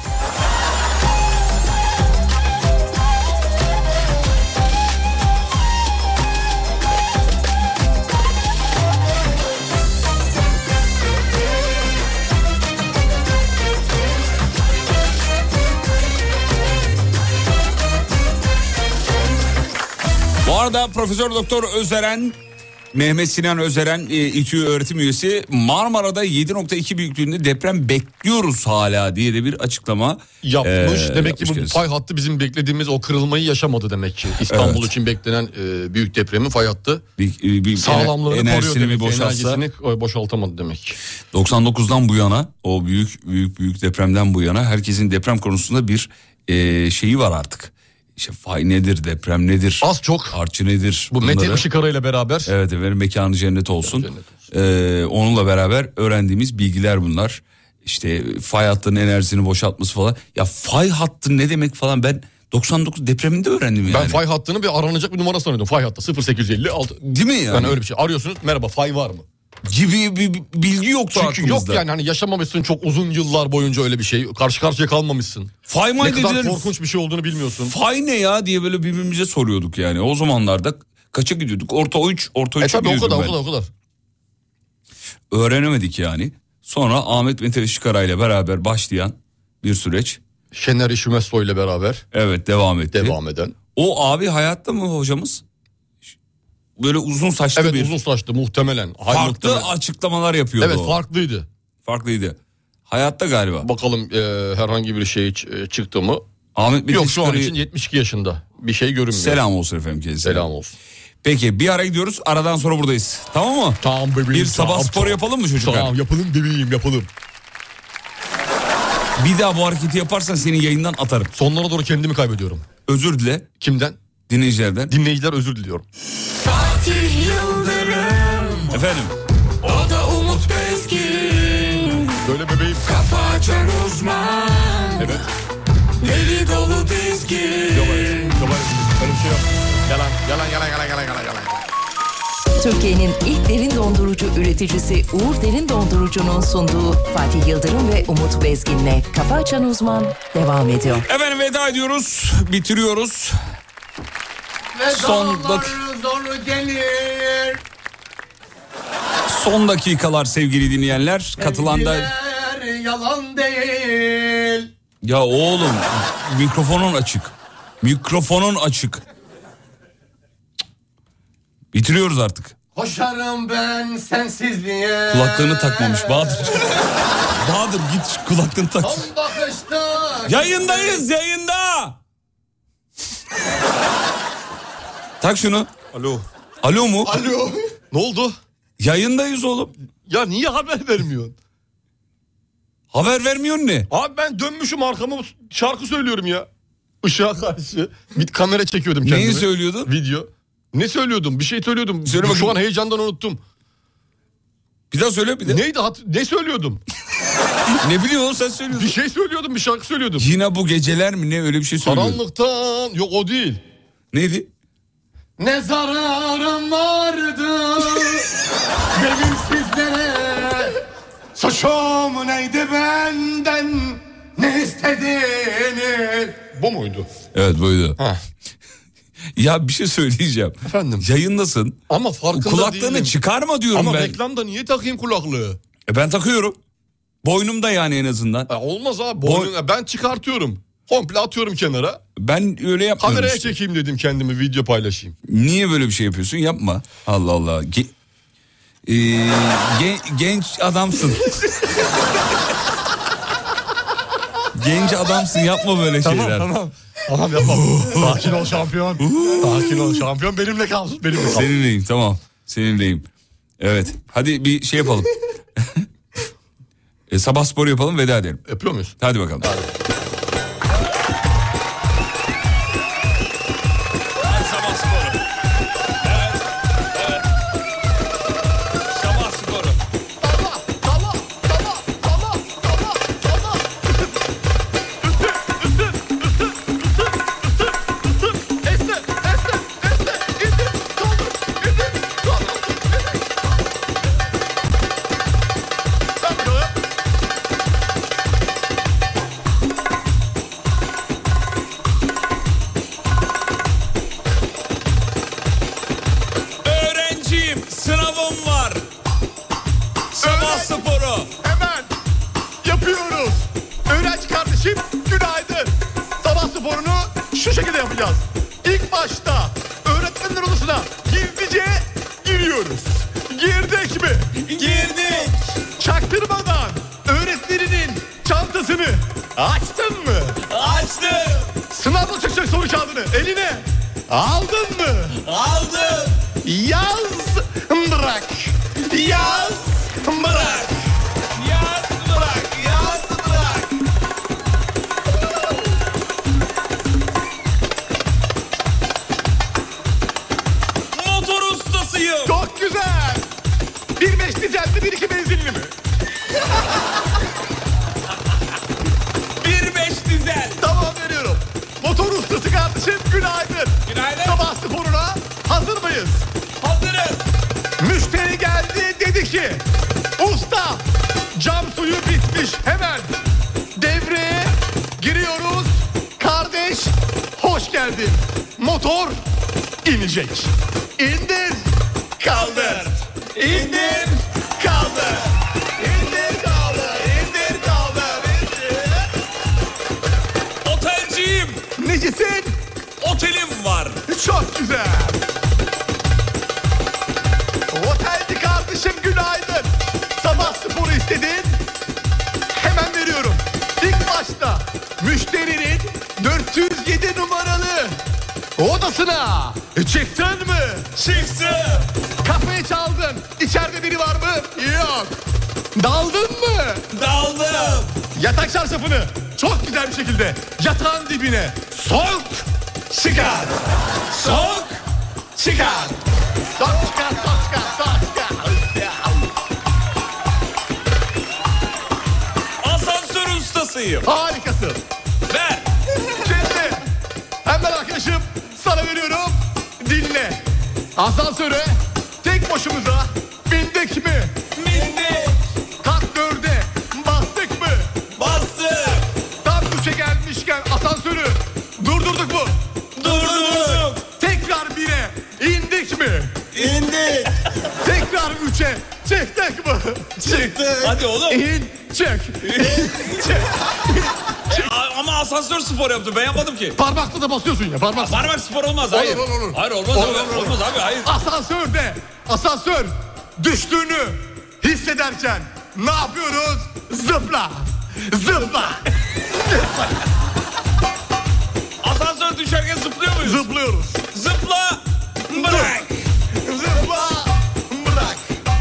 Bu arada Profesör Doktor Özeren, Mehmet Sinan Özeren, e, İTÜ öğretim üyesi, Marmara'da yedi nokta iki büyüklüğünde deprem bekliyoruz hala diye de bir açıklama Yapmış. e, demek ki yapmış bu kendisi. fay hattı bizim beklediğimiz o kırılmayı yaşamadı demek ki. İstanbul Evet. için beklenen e, büyük depremin fay hattı Bir, bir sağlamlığını koruyor enerjisini demek bir ki. boşaltsa. Enerjisini e, boşaltamadı demek ki. doksan dokuzdan bu yana, o büyük büyük büyük depremden bu yana herkesin deprem konusunda bir e, şeyi var artık. İşte fay nedir, deprem nedir, Az çok. harçı nedir? Bu bunları- Mete Işıkara ile beraber. Evet efendim, mekanı cennet olsun. Cennet olsun. Ee, onunla beraber öğrendiğimiz bilgiler bunlar. İşte fay hattının enerjisini boşaltması falan. Ya fay hattı ne demek falan, ben doksan dokuz depreminde öğrendim yani. Ben fay hattını bir aranacak bir numara sanıyordum. Fay hattı sıfır sekiz elli altı. Değil mi yani? Yani öyle bir şey. Arıyorsunuz, merhaba fay var mı? Gibi bir bir bilgi yoktu Çünkü aklımızda. yok yani, hani yaşamamışsın çok uzun yıllar boyunca öyle bir şey. Karşı karşıya kalmamışsın. Fay Ne may kadar dediler. korkunç bir şey olduğunu bilmiyorsun. Fay ne ya diye böyle birbirimize soruyorduk yani. O zamanlarda kaça gidiyorduk? Orta üç, orta E üçe tabii o gidiyordum kadar o ben. kadar o kadar. Öğrenemedik yani. Sonra Ahmet Mete Işıkara ile beraber başlayan bir süreç. Şener İşümesto ile beraber Evet, devam etti. devam eden. O abi hayatta mı hocamız? Böyle uzun saçlı Evet, bir. uzun saçlı muhtemelen. Hay Farklı muhtemelen. açıklamalar yapıyordu Evet, o. farklıydı. Farklıydı. Hayatta galiba. Bakalım e, herhangi bir şey ç- e, çıktı mı? Ahmet Metin Yok şu an Çıkar'ı... için yetmiş iki yaşında. Bir şey görünmüyor. Selam olsun efendim kendisine. Selam olsun. Peki bir ara gidiyoruz. Aradan sonra buradayız. Tamam mı? Tamam bebeğim. Bir sabah tamam, spor tamam. yapalım mı çocuklar? Tamam yapalım bebeğim yapalım. Bir daha bu hareketi yaparsan seni yayından atarım. Sonlara doğru kendimi kaybediyorum. Özür dile. Kimden? Dinleyicilerden. Dinleyiciler özür diliyorum. Fatih Yıldırım, Efendim. o da Umut Bezgin. Böyle bebeğim. Kafa açan uzman, Evet. deli dolu dizgin. Yalan. Yalan. Öyle bir şey yok. Yalan. Yalan. Yalan. Yalan. Yalan. Yalan. Yalan. Türkiye'nin ilk derin dondurucu üreticisi Uğur Derin Dondurucu'nun sunduğu Fatih Yıldırım ve Umut Bezgin'le Kafa Açan Uzman devam ediyor. Efendim veda ediyoruz. Bitiriyoruz. Son dak- zor gelir. Son dakikalar sevgili dinleyenler. Katılan da... Yalan değil. Ya oğlum mikrofonun açık. Mikrofonun açık. Bitiriyoruz artık. Koşarım ben sensizliğe. Kulaklığını takmamış Bahadır. Bahadır git şu kulaklığını tak. Son bakışta. Yayındayız yayında. Tak şunu. Alo. Alo mu? Alo. Ne oldu? Yayındayız oğlum. Ya niye haber vermiyorsun? Haber vermiyorsun ne? Abi ben dönmüşüm arkama şarkı söylüyorum ya. Işığa karşı. Bir kamera çekiyordum kendime. Neyi söylüyordun? Video. Ne söylüyordum? Bir şey söylüyordum. Söyle Şu bakayım. an heyecandan unuttum. Bir daha söyle bir de. Neydi? Hat- ne söylüyordum? Ne biliyorsun sen söylüyordun. Bir şey söylüyordum, bir şarkı söylüyordum. Yine bu geceler mi ne öyle bir şey söylüyordun. Karanlıktan. Yok o değil. Neydi? Ne zararım vardı benim sizlere. Suçum neydi benden, ne istediğini. Bu muydu? Evet buydu. Ha. Ya bir şey söyleyeceğim. Efendim? Yayındasın. Ama farkında Kulaklığını değilim. çıkarma diyorum Ama ben. reklamda niye takayım kulaklığı? E ben takıyorum. Boynumda yani en azından. E olmaz abi. Boynuna, ben çıkartıyorum. Komple atıyorum kenara. Ben öyle yapmıyorum Kameraya işte. çekeyim dedim, kendimi video paylaşayım. Niye böyle bir şey yapıyorsun? Yapma. Allah Allah. Ge- Ee, gen- genç adamsın. Genç adamsın, yapma böyle şeyler. Tamam tamam. Tamam yapmam. Sakin ol şampiyon. Sakin ol şampiyon, benimle kal. Benimle kal. Seninleyim, tamam. Seninleyim. Evet. Hadi bir şey yapalım. e, sabah sporu yapalım, veda edelim. Yapıyor muyuz? Hadi bakalım. Hadi. Sabah sporu. Evet. Evet. Sabah sporu. Tamam tamam tamam tamam tamam tamam. Üstün üstün üstün üstün üstün üstün. Esne esne esne. İndir kaldır indir kaldır. Ben bakalım. Öğrenciyim, sınavım var. Sabah sporu. Hemen yapıyoruz. Öğrenci kardeşim günaydın. Sabah sporunu şu şekilde yapacağız. İlk başta öğretmenler odasına gizlice giriyoruz. Girdik mi? Girdik. Çaktırmadan öğretmeninin çantasını açtın mı? Açtım. Sınavda çıkacak soru kağıdını eline aldın mı? Aldım. Yaz bırak. Yaz bırak. Yaz bırak, yaz bırak. Motor ustasıyım. Çok güzel. Bir beş dizel mi, bir iki benzinli mi? Bir beş dizel. Tamam veriyorum. Motor ustası kardeşim günaydın. Günaydın. Sabah sporuna hazır mıyız? Hazırız. Müşteri geldi dedi ki usta cam suyu bitmiş, hemen devreye giriyoruz. Kardeş hoş geldin. Motor inecek. İndir kaldır. İndir kaldır. İndir kaldır. İndir kaldır. İndir. Otelciyim. Necisin? Otelim var. Çok güzel. Otelci kardeşim günaydın. Sabah sporu istedin. Hemen veriyorum. İlk başta müşterinin dört odasına çıktın mı? Çıktım. Kapıyı çaldın. İçeride biri var mı? Yok. Daldın mı? Daldım. Yatak çarşafını çok güzel bir şekilde yatağın dibine sok. Çıkar. Sok. Çıkar. Sok çıkar, sok çıkar, sok çıkar. Asansör ustasıyım. Harikasın. Ver. Şimdi hemen arkadaşım sana veriyorum. Dinle. Asansöre tek başımıza bindik mi? Bindik. Kat dörde bastık mı? Bastık. Tam üçe gelmişken asansörü durdurduk mu? Durdurduk. Tekrar bire indik mi? İndik. Tekrar üçe çıktık mı? Çıktık. Hadi oğlum. İn, çık. Ama asansör spor yaptım. Ben yapmadım ki. Parmakla da basıyorsun ya, parmak. Parmak spor olmaz. Hayır. Olur, olur, olur. Hayır olmaz Olur, abi. olur, olur. Olmaz abi. Hayır. Asansörde, asansör düştüğünü hissederken ne yapıyoruz? Zıpla, zıpla. Asansör düşerken zıplıyor muyuz? Zıplıyoruz. Zıpla. Bırak. Zıpla, bırak.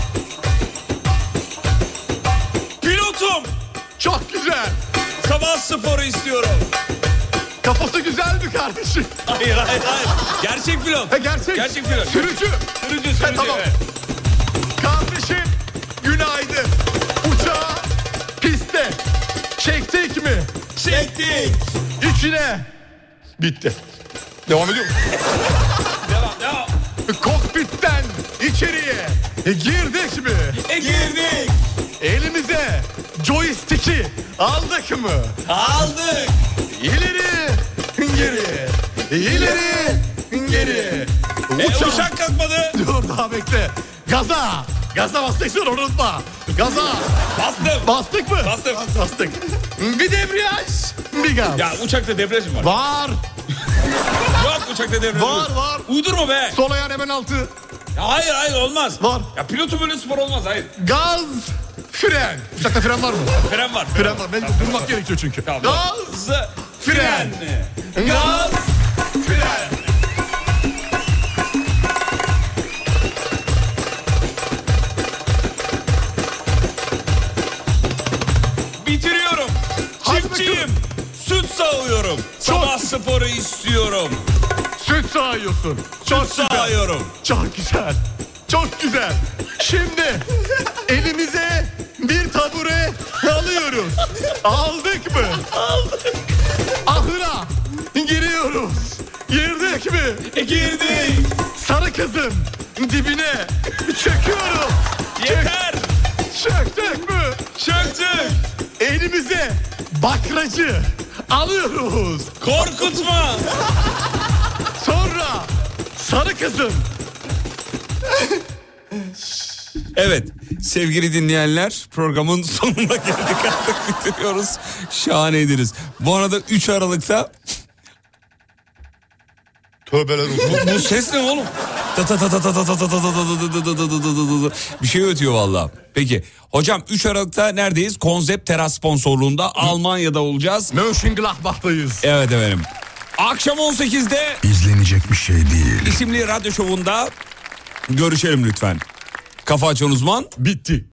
Pilotum. Çok güzel. Sabah sporu istiyorum. Kafası güzel mi kardeşim? Hayır hayır hayır. Gerçek pilot. He, gerçek. Gerçek pilot. Sürücü. Sürücü He, sürücü. tamam. Evet. Kardeşim günaydın. Uçağı piste çektik mi? Çektik. İçine. Bitti. Devam ediyor mu? Devam devam. Kokpitten içeriye girdik mi? E girdik. Elimize joystick'i aldık mı? Aldık. İleri, geri, ileri, geri. E, uçak kalkmadı. Dur daha bekle. Gaza, gaza bastık sonra unutma. Gaza. Bastım. Bastık mı? Bastım. Bastık. Bir debriyaj, bir gaz. Ya uçakta debriyaj mı var? Var, Yok uçakta debriyaj var, yok. var. Uydurma be. Sol ayağın hemen altı. Ya hayır hayır olmaz. Var. Ya pilotu böyle spor olmaz hayır. Gaz, fren. Uçakta fren var mı? Fren var. Fren var. Mecbur durmak gerekiyor çünkü. Tamam. Gaz, Fren. gaz, fren. Bitiriyorum. Hadi Çiftçiyim. bakalım. Süt sağıyorum. Sabah sporu istiyorum. Süt sağıyorsun. Çok Süt güzel. sağıyorum. Çok güzel. Çok güzel. Şimdi elimize bir tabure alıyoruz. Aldık mı? Aldık. Ahıra giriyoruz. Girdik mi? E girdik. Sarı kızın dibine çöküyoruz. Yeter. Çöktük mü? Çöktük. Elimize bakracı alıyoruz. Korkutma. Sonra sarı kızın. Evet sevgili dinleyenler programın sonuna geldik artık bitiriyoruz. Şahaneydiniz. Bu arada üç Aralık'ta Tövbeler olsun. bu, bu ses ne oğlum? Ta ta ta ta ta ta ta ta ta ta ta ta ta ta ta ta. Bir şey ötüyor valla. Peki hocam üç Aralık'ta neredeyiz? Konzept Teras sponsorluğunda Almanya'da olacağız. Mönchengladbach'tayız. Evet efendim. Akşam on sekizde İzlenecek bir şey değil. isimli radyo şovunda görüşelim lütfen. Kafa Açan Uzman Bitti.